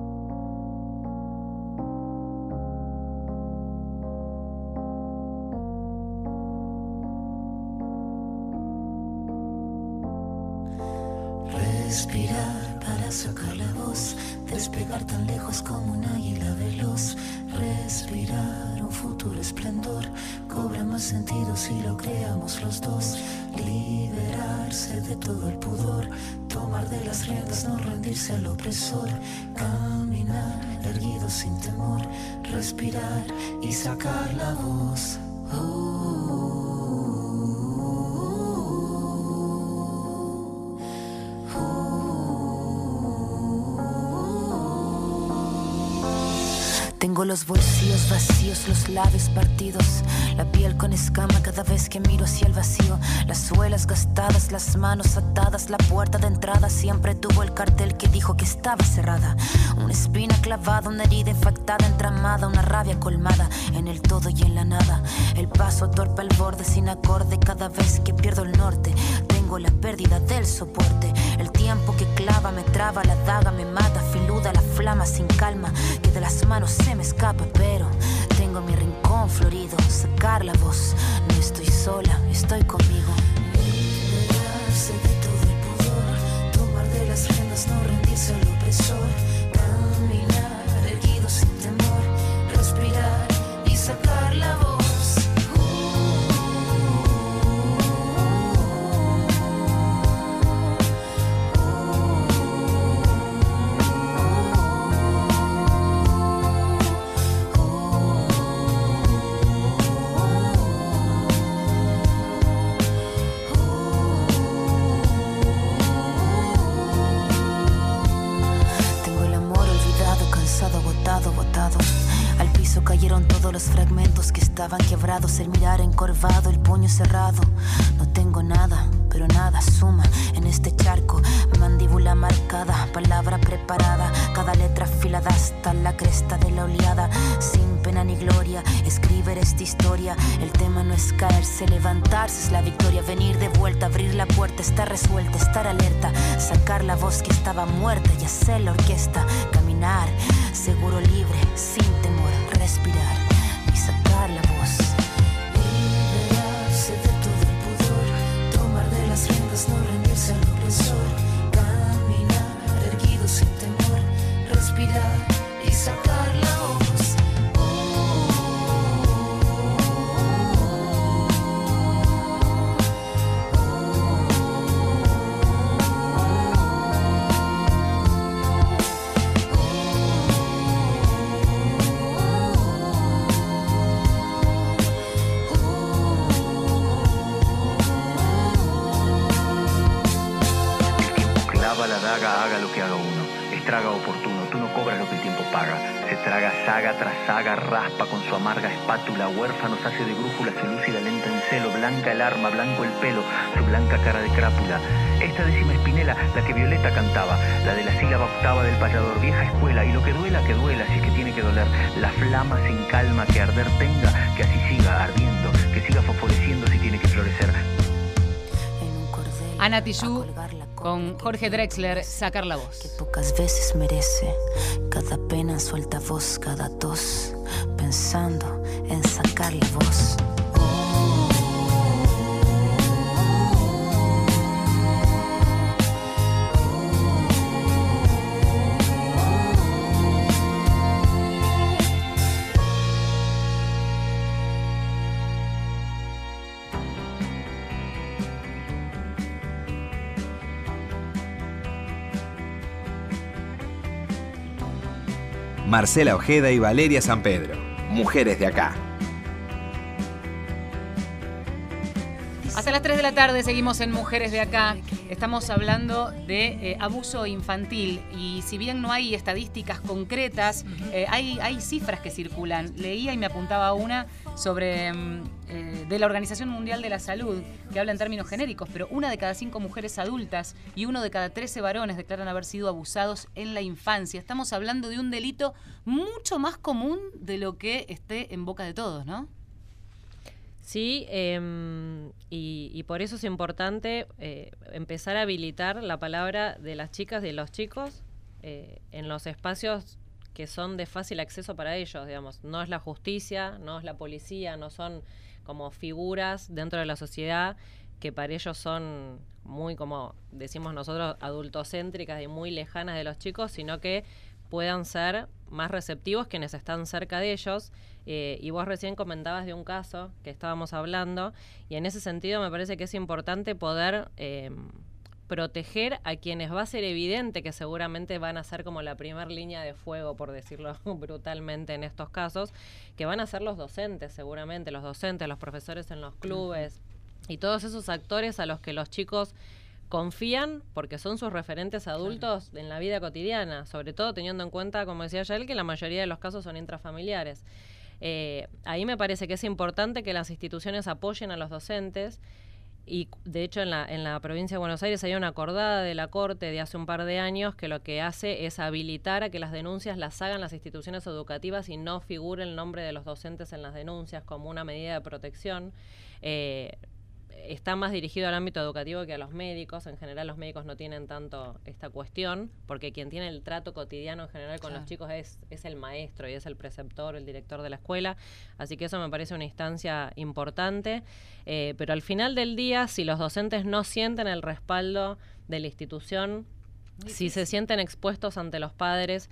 Respirar para sacar la voz, despegar tan lejos como un águila veloz. Respirar un futuro esplendor, cobra más sentido si lo creamos los dos. Liberarse de todo el pudor, tomar de las riendas, no rendirse al opresor. Caminar erguido sin temor, respirar y sacar la voz. Oh. Tengo los bolsillos vacíos, los labios partidos, la piel con escama cada vez que miro hacia el vacío. Las suelas gastadas, las manos atadas, la puerta de entrada siempre tuvo el cartel que dijo que estaba cerrada. Una espina clavada, una herida infectada, entramada, una rabia colmada en el todo y en la nada. El paso torpe al borde sin acorde cada vez que pierdo el norte. Tengo la pérdida del soporte, el tiempo que clava me traba, la daga me mata, filuda la flama sin calma, que de las manos se me escapa, pero tengo mi rincón florido, sacar la voz, no estoy sola, estoy conmigo. Liberarse de todo el pudor, tomar de las riendas, no rendirse al opresor, caminar erguido sin temor, respirar y sacar la voz. Botado, botado. Al piso cayeron todos los fragmentos que estaban quebrados. El mirar encorvado, el puño cerrado. No tengo nada, pero nada suma en este charco. Mandíbula marcada, palabra preparada, cada letra afilada hasta la cresta de la oleada. Sin pena ni gloria, escribir esta historia. El tema no es caerse, levantarse es la victoria. Venir de vuelta, abrir la puerta, estar resuelta, estar alerta. Sacar la voz que estaba muerta y hacer la orquesta. Caminar, seguro, libre, sin temor, respirar y sacar la voz. Liberarse de todo el pudor, tomar de las riendas, no rendirse al opresor. Caminar erguido sin temor, respirar y sacar la voz. La daga, haga lo que haga uno, estraga oportuno, tú no cobras lo que el tiempo paga. Se traga saga tras saga, raspa con su amarga espátula, huérfanos hace de brújula, se lúcida lenta en celo, blanca el arma, blanco el pelo, su blanca cara de crápula. Esta décima espinela, la que Violeta cantaba, la de la sílaba octava del payador, vieja escuela, y lo que duela, que duela, si es que tiene que doler, la flama sin calma que arder tenga, que así siga ardiendo, que siga fosforeciendo si tiene que florecer. Ana Tijoux con Jorge Drexler, Sacar la Voz. Que pocas veces merece cada pena suelta voz, cada tos, pensando en sacar la voz. Marcela Ojeda y Valeria San Pedro, Mujeres de Acá. Hasta las tres de la tarde seguimos en Mujeres de Acá. Estamos hablando de eh, abuso infantil y si bien no hay estadísticas concretas, eh, hay, hay cifras que circulan. Leía y me apuntaba una sobre eh, de la Organización Mundial de la Salud, que habla en términos genéricos, pero una de cada cinco mujeres adultas y uno de cada trece varones declaran haber sido abusados en la infancia. Estamos hablando de un delito mucho más común de lo que esté en boca de todos, ¿no? Sí, eh, y, y por eso es importante eh, empezar a habilitar la palabra de las chicas y de los chicos eh, en los espacios que son de fácil acceso para ellos, digamos. No es la justicia, no es la policía, no son como figuras dentro de la sociedad que para ellos son muy, como decimos nosotros, adultocéntricas y muy lejanas de los chicos, sino que puedan ser más receptivos quienes están cerca de ellos. Eh, y vos recién comentabas de un caso que estábamos hablando, y en ese sentido me parece que es importante poder eh, proteger a quienes va a ser evidente que seguramente van a ser como la primer línea de fuego, por decirlo brutalmente en estos casos, que van a ser los docentes seguramente, los docentes, los profesores en los clubes, y todos esos actores a los que los chicos confían porque son sus referentes adultos claro. en la vida cotidiana, sobre todo teniendo en cuenta, como decía Yael, que la mayoría de los casos son intrafamiliares. Eh, ahí me parece que es importante que las instituciones apoyen a los docentes y de hecho en la, en la provincia de Buenos Aires hay una acordada de la Corte de hace un par de años que lo que hace es habilitar a que las denuncias las hagan las instituciones educativas y no figure el nombre de los docentes en las denuncias como una medida de protección. Eh, Está más dirigido al ámbito educativo que a los médicos. En general los médicos no tienen tanto esta cuestión, porque quien tiene el trato cotidiano en general con claro. los chicos es, es el maestro y es el preceptor, el director de la escuela. Así que eso me parece una instancia importante. Eh, pero al final del día, si los docentes no sienten el respaldo de la institución, si se sienten expuestos ante los padres,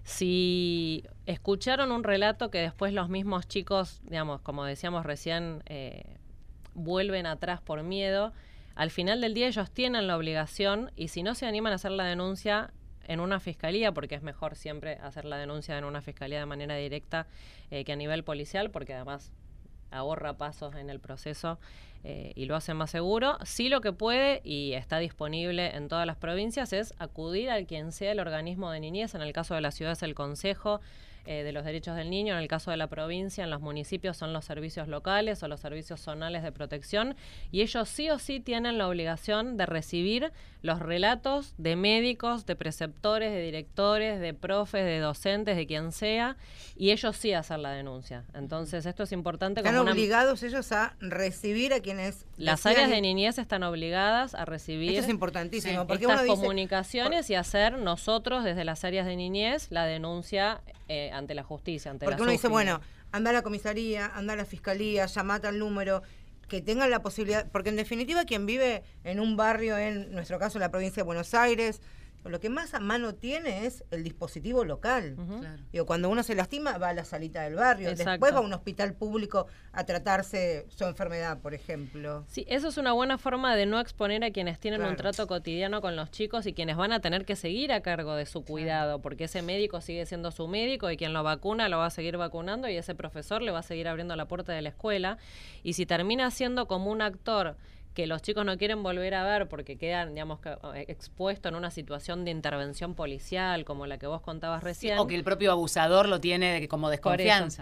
si escucharon un relato que después los mismos chicos, digamos, como decíamos recién, eh, vuelven atrás por miedo, al final del día ellos tienen la obligación, y si no se animan a hacer la denuncia en una fiscalía, porque es mejor siempre hacer la denuncia en una fiscalía de manera directa eh, que a nivel policial, porque además ahorra pasos en el proceso eh, y lo hace más seguro. Sí, lo que puede y está disponible en todas las provincias es acudir al quien sea el organismo de niñez. En el caso de la ciudad es el Consejo Eh, de los Derechos del Niño. En el caso de la provincia, en los municipios son los servicios locales o los servicios zonales de protección, y ellos sí o sí tienen la obligación de recibir los relatos de médicos, de preceptores, de directores, de profes, de docentes, de quien sea, y ellos sí hacer la denuncia. Entonces esto es importante. Están como obligados una... ellos a recibir a quienes... Las áreas de niñez están obligadas a recibir esto es importantísimo, sí, porque estas uno dice, comunicaciones por... y hacer nosotros desde las áreas de niñez la denuncia eh, ante la justicia, ante porque la uno dice, SUFI. bueno, anda a la comisaría, anda a la fiscalía, llamate al número, que tengan la posibilidad, porque en definitiva quien vive en un barrio, en nuestro caso en la provincia de Buenos Aires, lo que más a mano tiene es el dispositivo local. Uh-huh. Claro. Digo, cuando uno se lastima va a la salita del barrio, Exacto. después va a un hospital público a tratarse su enfermedad, por ejemplo. Sí, eso es una buena forma de no exponer a quienes tienen claro. un trato cotidiano con los chicos y quienes van a tener que seguir a cargo de su cuidado, porque ese médico sigue siendo su médico y quien lo vacuna lo va a seguir vacunando y ese profesor le va a seguir abriendo la puerta de la escuela. Y si termina siendo como un actor que los chicos no quieren volver a ver porque quedan, digamos, expuestos en una situación de intervención policial como la que vos contabas recién. O que el propio abusador lo tiene como desconfianza.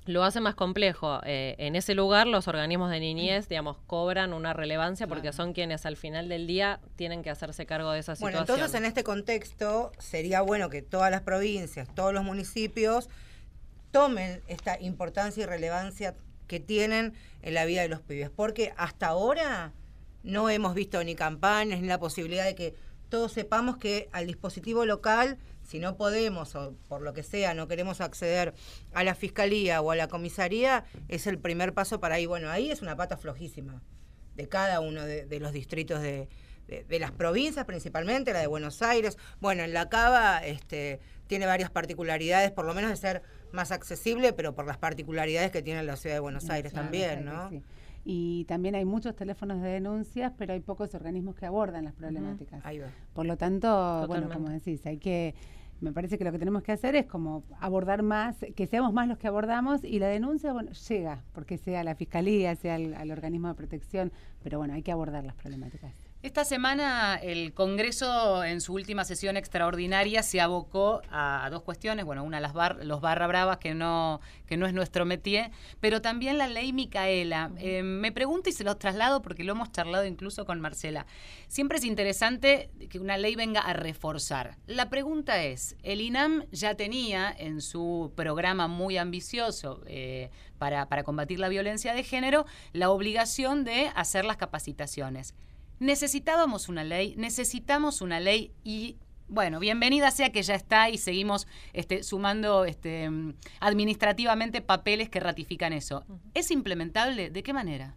lo hace más complejo. Eh, en ese lugar los organismos de niñez, digamos, cobran una relevancia porque claro. son quienes al final del día tienen que hacerse cargo de esa bueno, situación. Entonces en este contexto sería bueno que todas las provincias, todos los municipios tomen esta importancia y relevancia que tienen en la vida de los pibes, porque hasta ahora no hemos visto ni campañas ni la posibilidad de que todos sepamos que al dispositivo local, si no podemos o por lo que sea no queremos acceder a la fiscalía o a la comisaría, es el primer paso para ahí. Bueno, ahí es una pata flojísima de cada uno de, de los distritos de, de, de las provincias, principalmente la de Buenos Aires. Bueno, en La Cava este, tiene varias particularidades, por lo menos de ser más accesible, pero por las particularidades que tiene la ciudad de Buenos Aires claro, también, ¿no? Sí. Y también hay muchos teléfonos de denuncias, pero hay pocos organismos que abordan las problemáticas. Uh-huh. Ahí va. Por lo tanto, totalmente. Bueno, como decís, hay que, me parece que lo que tenemos que hacer es como abordar más, que seamos más los que abordamos, y la denuncia, bueno, llega, porque sea la fiscalía, sea al, al organismo de protección, pero bueno, hay que abordar las problemáticas. Esta semana el Congreso en su última sesión extraordinaria se abocó a, a dos cuestiones, bueno, una las bar, los barra bravas que no que no es nuestro métier, pero también la ley Micaela. Uh-huh. Eh, me pregunto y se los traslado porque lo hemos charlado incluso con Marcela. Siempre es interesante que una ley venga a reforzar. La pregunta es, el INAM ya tenía en su programa muy ambicioso eh, para, para combatir la violencia de género la obligación de hacer las capacitaciones. Necesitábamos una ley, necesitamos una ley y, bueno, bienvenida sea que ya está y seguimos este, sumando este, administrativamente papeles que ratifican eso. ¿Es implementable? ¿De qué manera?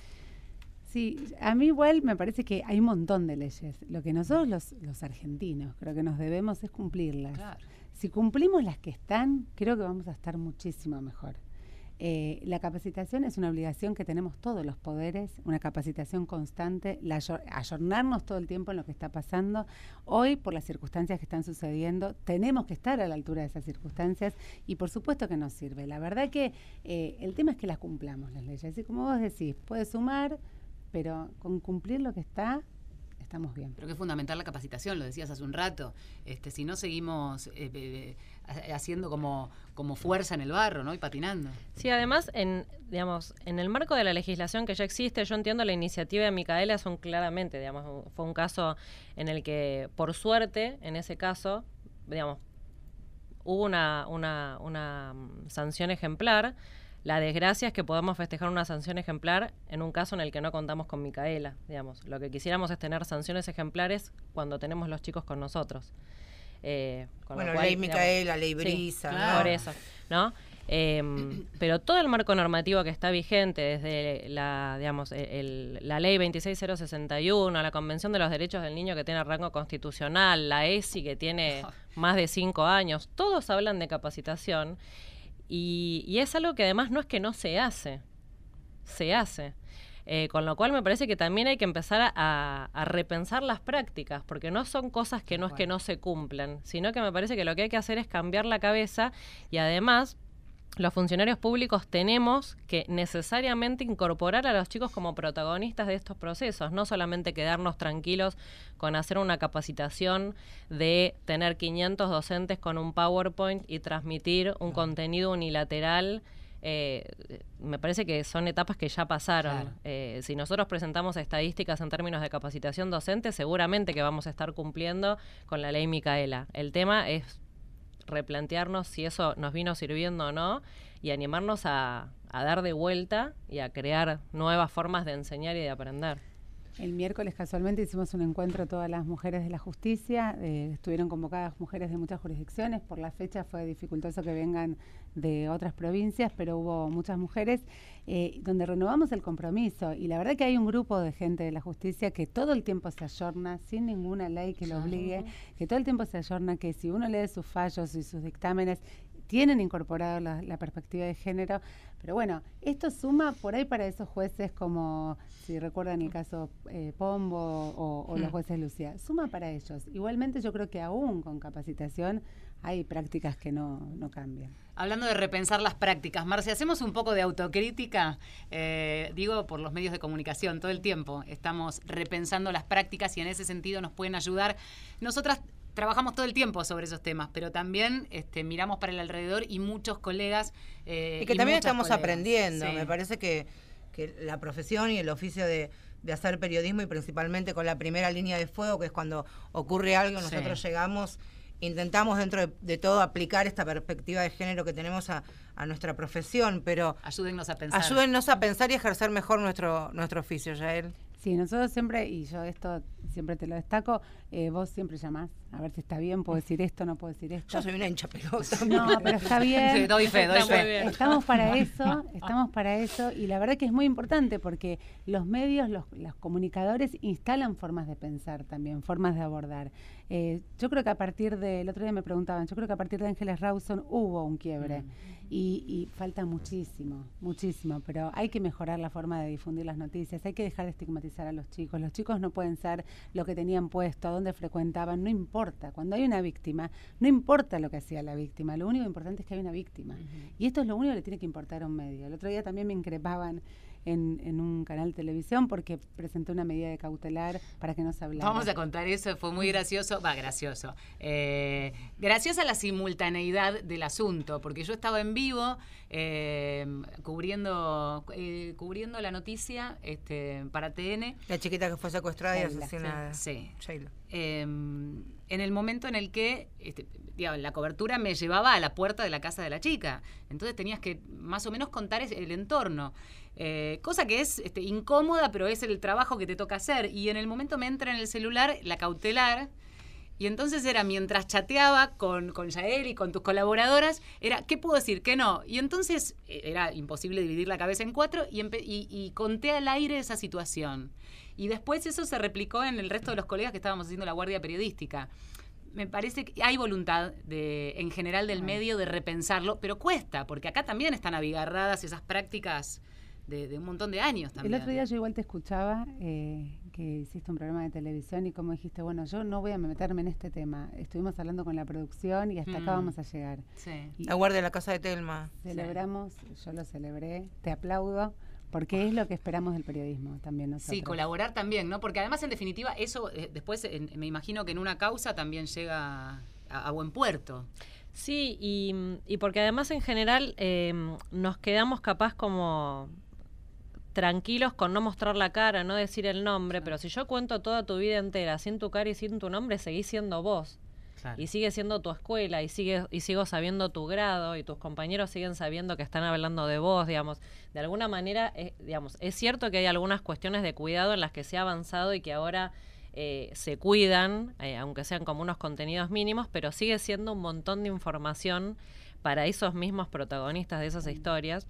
Sí, a mí igual me parece que hay un montón de leyes. Lo que nosotros los, los argentinos creo que nos debemos es cumplirlas. Claro. Si cumplimos las que están, creo que vamos a estar muchísimo mejor. Eh, la capacitación es una obligación que tenemos todos los poderes, una capacitación constante, la ayornarnos todo el tiempo en lo que está pasando. Hoy, por las circunstancias que están sucediendo, tenemos que estar a la altura de esas circunstancias y por supuesto que nos sirve. La verdad que eh, el tema es que las cumplamos las leyes. Y como vos decís, puede sumar, pero con cumplir lo que está, estamos bien. Pero que es fundamental la capacitación, lo decías hace un rato. Este, si no seguimos eh, eh, haciendo como, como fuerza en el barro, ¿no? Y patinando. Sí, además, en, digamos, en el marco de la legislación que ya existe, yo entiendo la iniciativa de Micaela son claramente, digamos, fue un caso en el que, por suerte, en ese caso, digamos, hubo una, una, una sanción ejemplar. La desgracia es que podamos festejar una sanción ejemplar en un caso en el que no contamos con Micaela, digamos. Lo que quisiéramos es tener sanciones ejemplares cuando tenemos los chicos con nosotros. Eh, con bueno, lo cual, ley Micaela, digamos, ley Brisa. Sí, claro. Por eso, ¿no? Eh, pero todo el marco normativo que está vigente, desde la, digamos, el, la ley veintiséis mil sesenta y uno, la Convención de los Derechos del Niño que tiene rango constitucional, la E S I que tiene más de cinco años, todos hablan de capacitación. Y, y es algo que además no es que no se hace, se hace. Eh, con lo cual me parece que también hay que empezar a, a repensar las prácticas, porque no son cosas que no es que no se cumplan, sino que me parece que lo que hay que hacer es cambiar la cabeza y además los funcionarios públicos tenemos que necesariamente incorporar a los chicos como protagonistas de estos procesos, no solamente quedarnos tranquilos con hacer una capacitación de tener quinientos docentes con un PowerPoint y transmitir un contenido unilateral. Eh, me parece que son etapas que ya pasaron. Claro. Eh, si nosotros presentamos estadísticas en términos de capacitación docente, seguramente que vamos a estar cumpliendo con la ley Micaela. El tema es replantearnos si eso nos vino sirviendo o no y animarnos a, a dar de vuelta y a crear nuevas formas de enseñar y de aprender. El miércoles casualmente hicimos un encuentro todas las mujeres de la justicia, eh, estuvieron convocadas mujeres de muchas jurisdicciones, por la fecha fue dificultoso que vengan de otras provincias, pero hubo muchas mujeres, eh, donde renovamos el compromiso y la verdad que hay un grupo de gente de la justicia que todo el tiempo se ayorna, sin ninguna ley que lo obligue, que todo el tiempo se ayorna, que si uno lee sus fallos y sus dictámenes, tienen incorporado la, la perspectiva de género, pero bueno, esto suma por ahí para esos jueces como, si recuerdan el caso eh, Pombo o, o los jueces Lucía, suma para ellos. Igualmente yo creo que aún con capacitación hay prácticas que no, no cambian. Hablando de repensar las prácticas, Marce, hacemos un poco de autocrítica, eh, digo por los medios de comunicación, todo el tiempo estamos repensando las prácticas y en ese sentido nos pueden ayudar. Nosotras trabajamos todo el tiempo sobre esos temas, pero también este, miramos para el alrededor y muchos colegas... Eh, y que y también estamos colegas. aprendiendo. Sí. Me parece que, que la profesión y el oficio de, de hacer periodismo, y principalmente con la primera línea de fuego, que es cuando ocurre algo, nosotros sí. llegamos... Intentamos dentro de, de todo aplicar esta perspectiva de género que tenemos a, a nuestra profesión, pero... Ayúdennos a pensar. Ayúdennos a pensar y ejercer mejor nuestro nuestro oficio, Yael. Sí, nosotros siempre, y yo esto siempre te lo destaco, eh, vos siempre llamás, a ver si está bien, puedo decir esto, no puedo decir esto. Yo soy una hincha pelota. No, pero está bien. Sí, doy fe, doy está fe. Muy bien. Estamos para eso, estamos para eso, y la verdad que es muy importante porque los medios, los, los comunicadores instalan formas de pensar también, formas de abordar. Eh, yo creo que a partir de, el otro día me preguntaban, yo creo que a partir de Ángeles Rawson hubo un quiebre, mm. y, y falta muchísimo, muchísimo, pero hay que mejorar la forma de difundir las noticias, hay que dejar de estigmatizar a los chicos. Los chicos no pueden ser lo que tenían puesto, a dónde frecuentaban, no importa. Cuando hay una víctima, no importa lo que hacía la víctima, lo único importante es que hay una víctima. Uh-huh. Y esto es lo único que le tiene que importar a un medio. El otro día también me increpaban en, en un canal de televisión porque presenté una medida de cautelar para que no se hablara. Vamos a contar eso, fue muy gracioso, va, gracioso. Eh, graciosa la simultaneidad del asunto, porque yo estaba en vivo eh, cubriendo eh, cubriendo la noticia este, para T N. La chiquita que fue secuestrada y asesinada. Sí. Sheila. Eh, en el momento en el que este, digamos, la cobertura me llevaba a la puerta de la casa de la chica. Entonces tenías que más o menos contar el entorno. Eh, cosa que es este, incómoda, pero es el trabajo que te toca hacer. Y en el momento me entra en el celular la cautelar. Y entonces era, mientras chateaba con, con Yael y con tus colaboradoras, era, ¿qué puedo decir? ¿Qué no? Y entonces era imposible dividir la cabeza en cuatro y, empe- y, y conté al aire esa situación. Y después eso se replicó en el resto de los colegas que estábamos haciendo la guardia periodística. Me parece que hay voluntad de, en general del medio de repensarlo, pero cuesta, porque acá también están abigarradas esas prácticas de, de un montón de años también. El otro día yo igual te escuchaba eh, que hiciste un programa de televisión y como dijiste, bueno, yo no voy a meterme en este tema. Estuvimos hablando con la producción y hasta mm. acá vamos a llegar. Sí. La guardia de la casa de Telma. Celebramos, sí. Yo lo celebré, te aplaudo. Porque es lo que esperamos del periodismo también nosotros. Sí, colaborar también, ¿no? Porque además, en definitiva, eso eh, después eh, me imagino que en una causa también llega a, a buen puerto. Sí, y, y porque además en general eh, nos quedamos capaz como tranquilos con no mostrar la cara, no decir el nombre, sí. Pero si yo cuento toda tu vida entera sin tu cara y sin tu nombre, seguís siendo vos. Claro. Y sigue siendo tu escuela y sigue y sigo sabiendo tu grado y tus compañeros siguen sabiendo que están hablando de vos, digamos. De alguna manera, eh, digamos, es cierto que hay algunas cuestiones de cuidado en las que se ha avanzado y que ahora eh, se cuidan, eh, aunque sean como unos contenidos mínimos, pero sigue siendo un montón de información para esos mismos protagonistas de esas historias.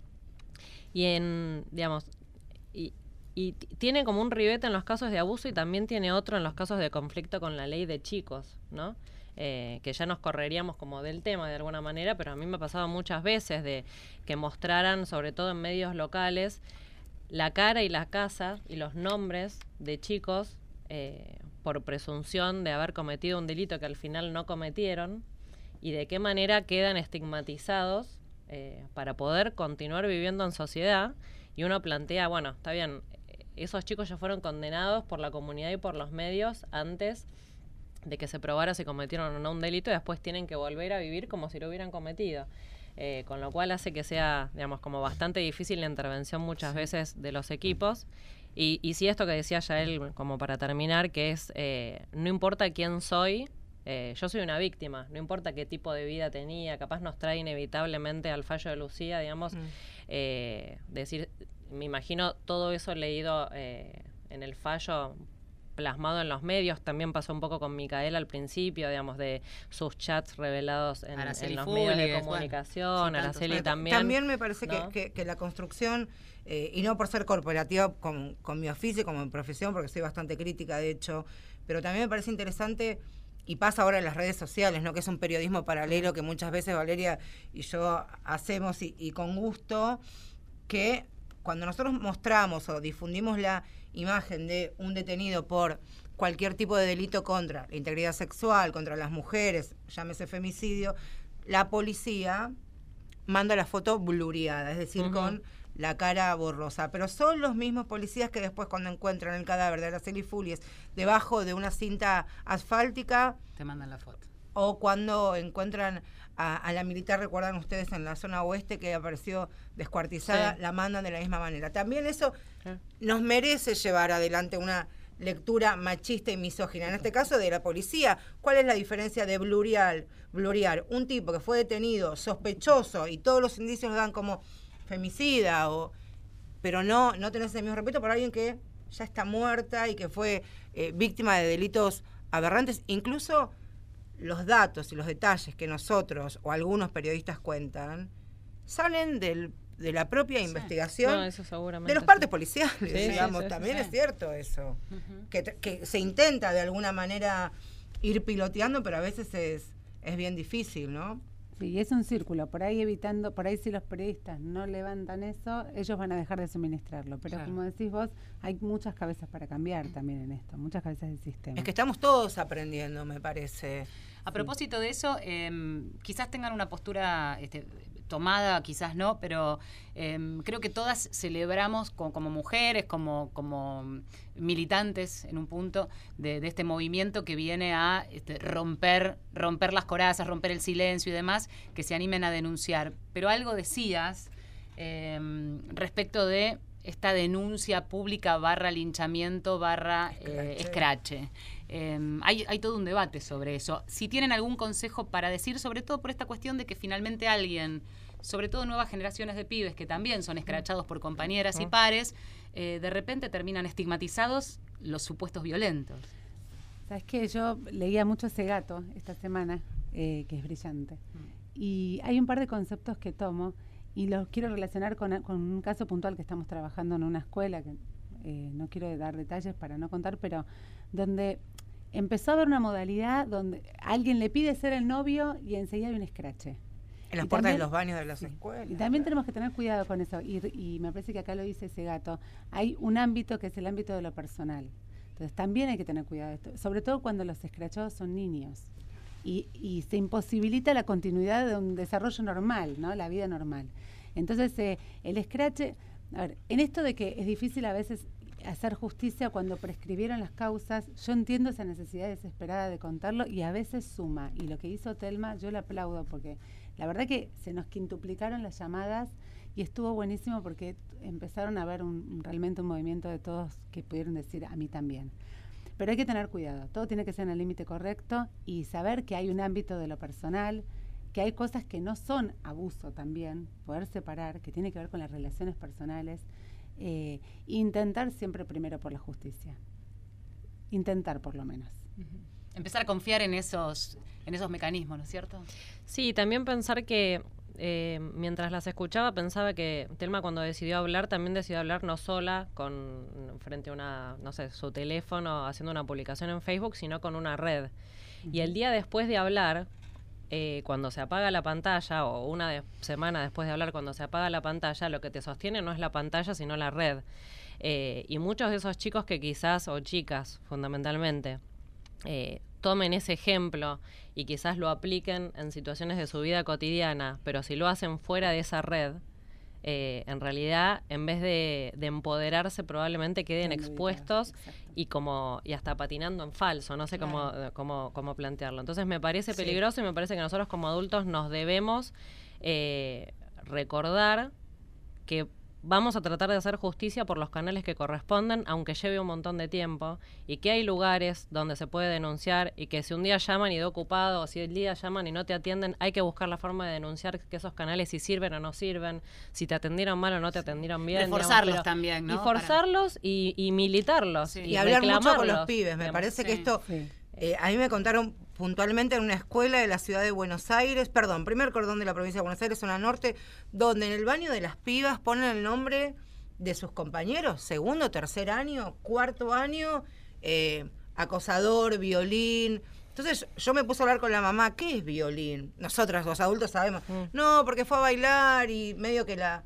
Y en, digamos, y, y tiene como un ribete en los casos de abuso y también tiene otro en los casos de conflicto con la ley de chicos, ¿no? Eh, que ya nos correríamos como del tema de alguna manera, pero a mí me ha pasado muchas veces de que mostraran, sobre todo en medios locales, la cara y la casa y los nombres de chicos eh, por presunción de haber cometido un delito que al final no cometieron y de qué manera quedan estigmatizados eh, para poder continuar viviendo en sociedad. Y uno plantea, bueno, está bien, esos chicos ya fueron condenados por la comunidad y por los medios antes de que se probara si cometieron o no un delito y después tienen que volver a vivir como si lo hubieran cometido. Eh, con lo cual hace que sea, digamos, como bastante difícil la intervención muchas veces de los equipos. Y, y sí, esto que decía Yael, como para terminar, que es, eh, no importa quién soy, eh, yo soy una víctima, no importa qué tipo de vida tenía, capaz nos trae inevitablemente al fallo de Lucía, digamos, mm. eh, decir, me imagino todo eso leído eh, en el fallo plasmado en los medios, también pasó un poco con Micaela al principio, digamos, de sus chats revelados en, en los medios de comunicación, bueno, sí, Araceli bueno, también. También me parece ¿no? que, que, que la construcción, eh, y no por ser corporativa con, con mi oficio, como mi profesión, porque soy bastante crítica, de hecho, pero también me parece interesante, y pasa ahora en las redes sociales, ¿no? Que es un periodismo paralelo que muchas veces Valeria y yo hacemos, y, y con gusto, que cuando nosotros mostramos o difundimos la imagen de un detenido por cualquier tipo de delito contra la integridad sexual, contra las mujeres, llámese femicidio, la policía manda la foto blureada, es decir, uh-huh. con la cara borrosa. Pero son los mismos policías que después, cuando encuentran el cadáver de Araceli Fulies debajo de una cinta asfáltica, te mandan la foto. O cuando encuentran a, a la militar, recuerdan ustedes, en la zona oeste, que apareció descuartizada, sí. la mandan de la misma manera. También eso sí. nos merece llevar adelante una lectura machista y misógina. En este caso, de la policía. ¿Cuál es la diferencia de blurear, blurear un tipo que fue detenido, sospechoso, y todos los indicios lo dan como femicida, o pero no, no tenés el mismo respeto por alguien que ya está muerta y que fue eh, víctima de delitos aberrantes? Incluso los datos y los detalles que nosotros o algunos periodistas cuentan salen del, de la propia sí. investigación no, eso seguramente de los partes sí. policiales, sí, digamos. sí, sí, También sí. es cierto eso. Uh-huh. que, que se intenta de alguna manera ir piloteando, pero a veces es, es bien difícil, ¿no? Sí, es un círculo, por ahí evitando, por ahí si los periodistas no levantan eso, ellos van a dejar de suministrarlo, pero claro. como decís vos, hay muchas cabezas para cambiar también en esto, muchas cabezas del sistema. Es que estamos todos aprendiendo, me parece. A propósito sí. de eso, eh, quizás tengan una postura este, tomada, quizás no, pero eh, creo que todas celebramos como, como mujeres, como, como militantes en un punto de, de este movimiento que viene a este, romper, romper las corazas, romper el silencio y demás, que se animen a denunciar. Pero algo decías eh, respecto de esta denuncia pública barra linchamiento barra eh, escrache. Eh, hay, hay todo un debate sobre eso. Si tienen algún consejo para decir, sobre todo por esta cuestión de que finalmente alguien, sobre todo nuevas generaciones de pibes que también son escrachados por compañeras y pares, eh, de repente terminan estigmatizados los supuestos violentos. ¿Sabes qué? Yo leía mucho ese gato esta semana, eh, que es brillante. Mm. Y hay un par de conceptos que tomo y los quiero relacionar con, con un caso puntual que estamos trabajando en una escuela, que eh, no quiero dar detalles para no contar, pero donde empezó a haber una modalidad donde alguien le pide ser el novio y enseguida hay un escrache. En las y puertas también, de los baños de las sí, escuelas. Y también tenemos que tener cuidado con eso. Y, y me parece que acá lo dice ese gato. Hay un ámbito que es el ámbito de lo personal. Entonces también hay que tener cuidado de esto. Sobre todo cuando los escrachados son niños. Y, y se imposibilita la continuidad de un desarrollo normal, ¿no? La vida normal. Entonces, eh, el escrache... A ver, en esto de que es difícil a veces hacer justicia cuando prescribieron las causas, yo entiendo esa necesidad desesperada de contarlo y a veces suma. Y lo que hizo Telma, yo le aplaudo porque la verdad que se nos quintuplicaron las llamadas y estuvo buenísimo porque empezaron a ver un, realmente un movimiento de todos que pudieron decir a mí también. Pero hay que tener cuidado, todo tiene que ser en el límite correcto y saber que hay un ámbito de lo personal, que hay cosas que no son abuso también, poder separar, que tiene que ver con las relaciones personales. Eh, intentar siempre primero por la justicia. Intentar, por lo menos. Uh-huh. Empezar a confiar en esos, en esos mecanismos, ¿no es cierto? Sí, también pensar que eh, mientras las escuchaba pensaba que Telma, cuando decidió hablar, también decidió hablar no sola con frente a una, no sé, su teléfono haciendo una publicación en Facebook, sino con una red. Uh-huh. Y el día después de hablar, Eh, cuando se apaga la pantalla, o una de, semana después de hablar, cuando se apaga la pantalla, lo que te sostiene no es la pantalla, sino la red. Eh, y muchos de esos chicos que quizás, o chicas fundamentalmente, eh, tomen ese ejemplo y quizás lo apliquen en situaciones de su vida cotidiana, pero si lo hacen fuera de esa red, eh, en realidad, en vez de, de empoderarse, probablemente queden expuestos y como y hasta patinando en falso, no sé claro. cómo, cómo, cómo plantearlo. Entonces me parece sí. peligroso y me parece que nosotros como adultos nos debemos eh, recordar que vamos a tratar de hacer justicia por los canales que corresponden, aunque lleve un montón de tiempo, y que hay lugares donde se puede denunciar y que si un día llaman y de ocupado, o si el día llaman y no te atienden, hay que buscar la forma de denunciar que esos canales si sirven o no sirven, si te atendieron mal o no te atendieron bien. Reforzarlos digamos, también, ¿no? Y forzarlos Para... y, y militarlos. Sí. Y, y hablar mucho con los pibes. Me digamos. parece Sí. que esto... Sí. Eh, a mí me contaron puntualmente en una escuela de la ciudad de Buenos Aires, perdón, primer cordón de la provincia de Buenos Aires, zona norte, donde en el baño de las pibas ponen el nombre de sus compañeros, segundo, tercer año, cuarto año, eh, acosador, violín. Entonces yo me puse a hablar con la mamá, ¿qué es violín? Nosotras los adultos sabemos. Mm. No, porque fue a bailar y medio que la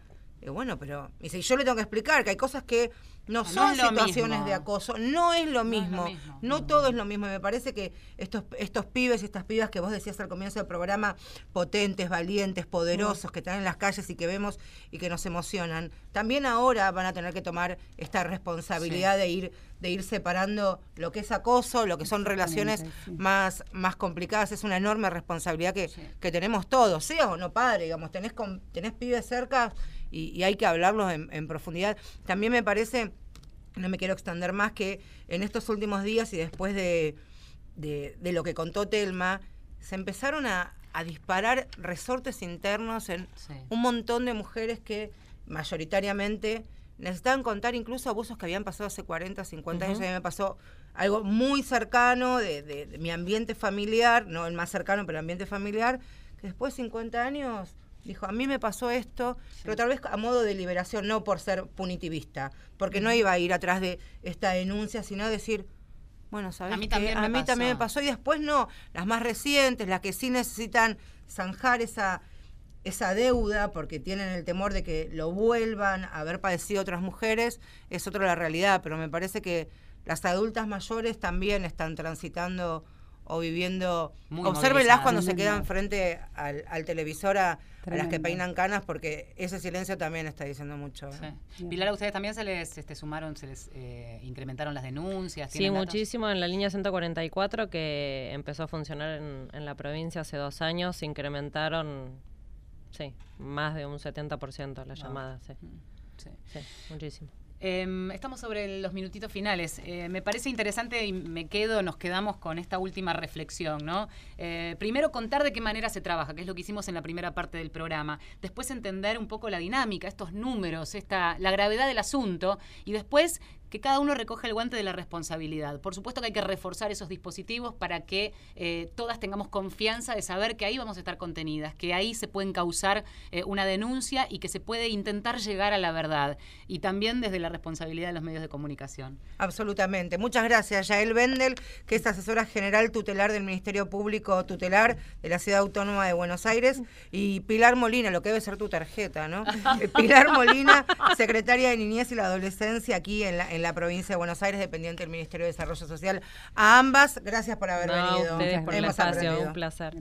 Y bueno, pero y si yo le tengo que explicar que hay cosas que no, no son es lo situaciones mismo. de acoso, no es lo mismo, No es lo mismo. no todo es lo mismo. Y me parece que estos estos pibes y estas pibas que vos decías al comienzo del programa, potentes, valientes, poderosos, que están en las calles y que vemos y que nos emocionan, también ahora van a tener que tomar esta responsabilidad Sí. de ir de ir separando lo que es acoso, lo que son relaciones sí. más, más complicadas. Es una enorme responsabilidad que, Sí. que tenemos todos, sea o no padre, digamos, tenés, con, tenés pibes cerca y, y hay que hablarlos en, en profundidad. También me parece, no me quiero extender más, que en estos últimos días y después de, de, de lo que contó Telma, se empezaron a, a disparar resortes internos en Sí. un montón de mujeres que mayoritariamente necesitaban contar incluso abusos que habían pasado hace cuarenta, cincuenta años. A mí me pasó algo muy cercano de, de, de mi ambiente familiar, no el más cercano, pero el ambiente familiar, que después de cincuenta años dijo, a mí me pasó esto, sí. pero tal vez a modo de liberación, no por ser punitivista, porque uh-huh. no iba a ir atrás de esta denuncia, sino decir, bueno, ¿sabes a mí, qué? también, a me mí pasó. también me pasó. Y después no, las más recientes, las que sí necesitan zanjar esa... esa deuda, porque tienen el temor de que lo vuelvan a haber padecido otras mujeres, es otra la realidad, pero me parece que las adultas mayores también están transitando o viviendo... Muy Obsérvenlas cuando Tremendo. se quedan frente al, al televisor a, a las que Tremendo. peinan canas, porque ese silencio también está diciendo mucho. Sí. Bien. Pilar, ¿a ustedes también se les este, sumaron, se les eh, incrementaron las denuncias? Sí, ¿Tienen datos? muchísimo. En la línea ciento cuarenta y cuatro, que empezó a funcionar en, en la provincia hace dos años, se incrementaron, sí, más de un setenta por ciento las Wow. llamadas. Sí, Sí. sí, muchísimo. Eh, estamos sobre los minutitos finales. Eh, me parece interesante y me quedo, nos quedamos con esta última reflexión, ¿no? Eh, primero contar de qué manera se trabaja, que es lo que hicimos en la primera parte del programa. Después entender un poco la dinámica, estos números, esta, la gravedad del asunto, y después que cada uno recoge el guante de la responsabilidad. Por supuesto que hay que reforzar esos dispositivos para que eh, todas tengamos confianza de saber que ahí vamos a estar contenidas, que ahí se pueden causar eh, una denuncia y que se puede intentar llegar a la verdad. Y también desde la responsabilidad de los medios de comunicación. Absolutamente. Muchas gracias, Yael Bendel, que es asesora general tutelar del Ministerio Público Tutelar de la Ciudad Autónoma de Buenos Aires, y Pilar Molina, lo que debe ser tu tarjeta, ¿no? Pilar Molina, secretaria de Niñez y la Adolescencia aquí en la, en la provincia de Buenos Aires, dependiente del Ministerio de Desarrollo Social. A ambas, gracias por haber No, venido. ustedes por el Hemos espacio, aprendido. un placer.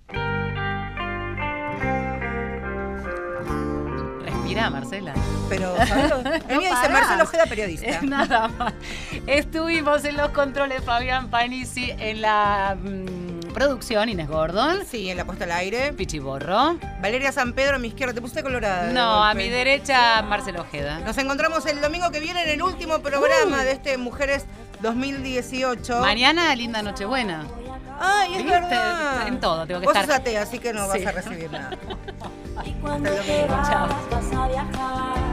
Respirá, Marcela. Pero, ¿sabes? El mío dice Marcelo Ojeda, periodista. Eh, nada más. Estuvimos en los controles Fabián Panisi, en la mmm, producción Inés Gordon, Sí, en la puesta al aire. Pichiborro. Valeria San Pedro, a mi izquierda. Te pusiste colorada. de No, a golpe. mi derecha Marcelo Ojeda. Nos encontramos el domingo que viene en el último programa de este Mujeres dos mil dieciocho. Mañana, linda Nochebuena. Ay, es ¿Viste? verdad. En todo tengo que Vos estar. sos atea, así que no Sí. vas a recibir nada. Y cuando Hasta el te domingo. vas, Chao. vas a viajar.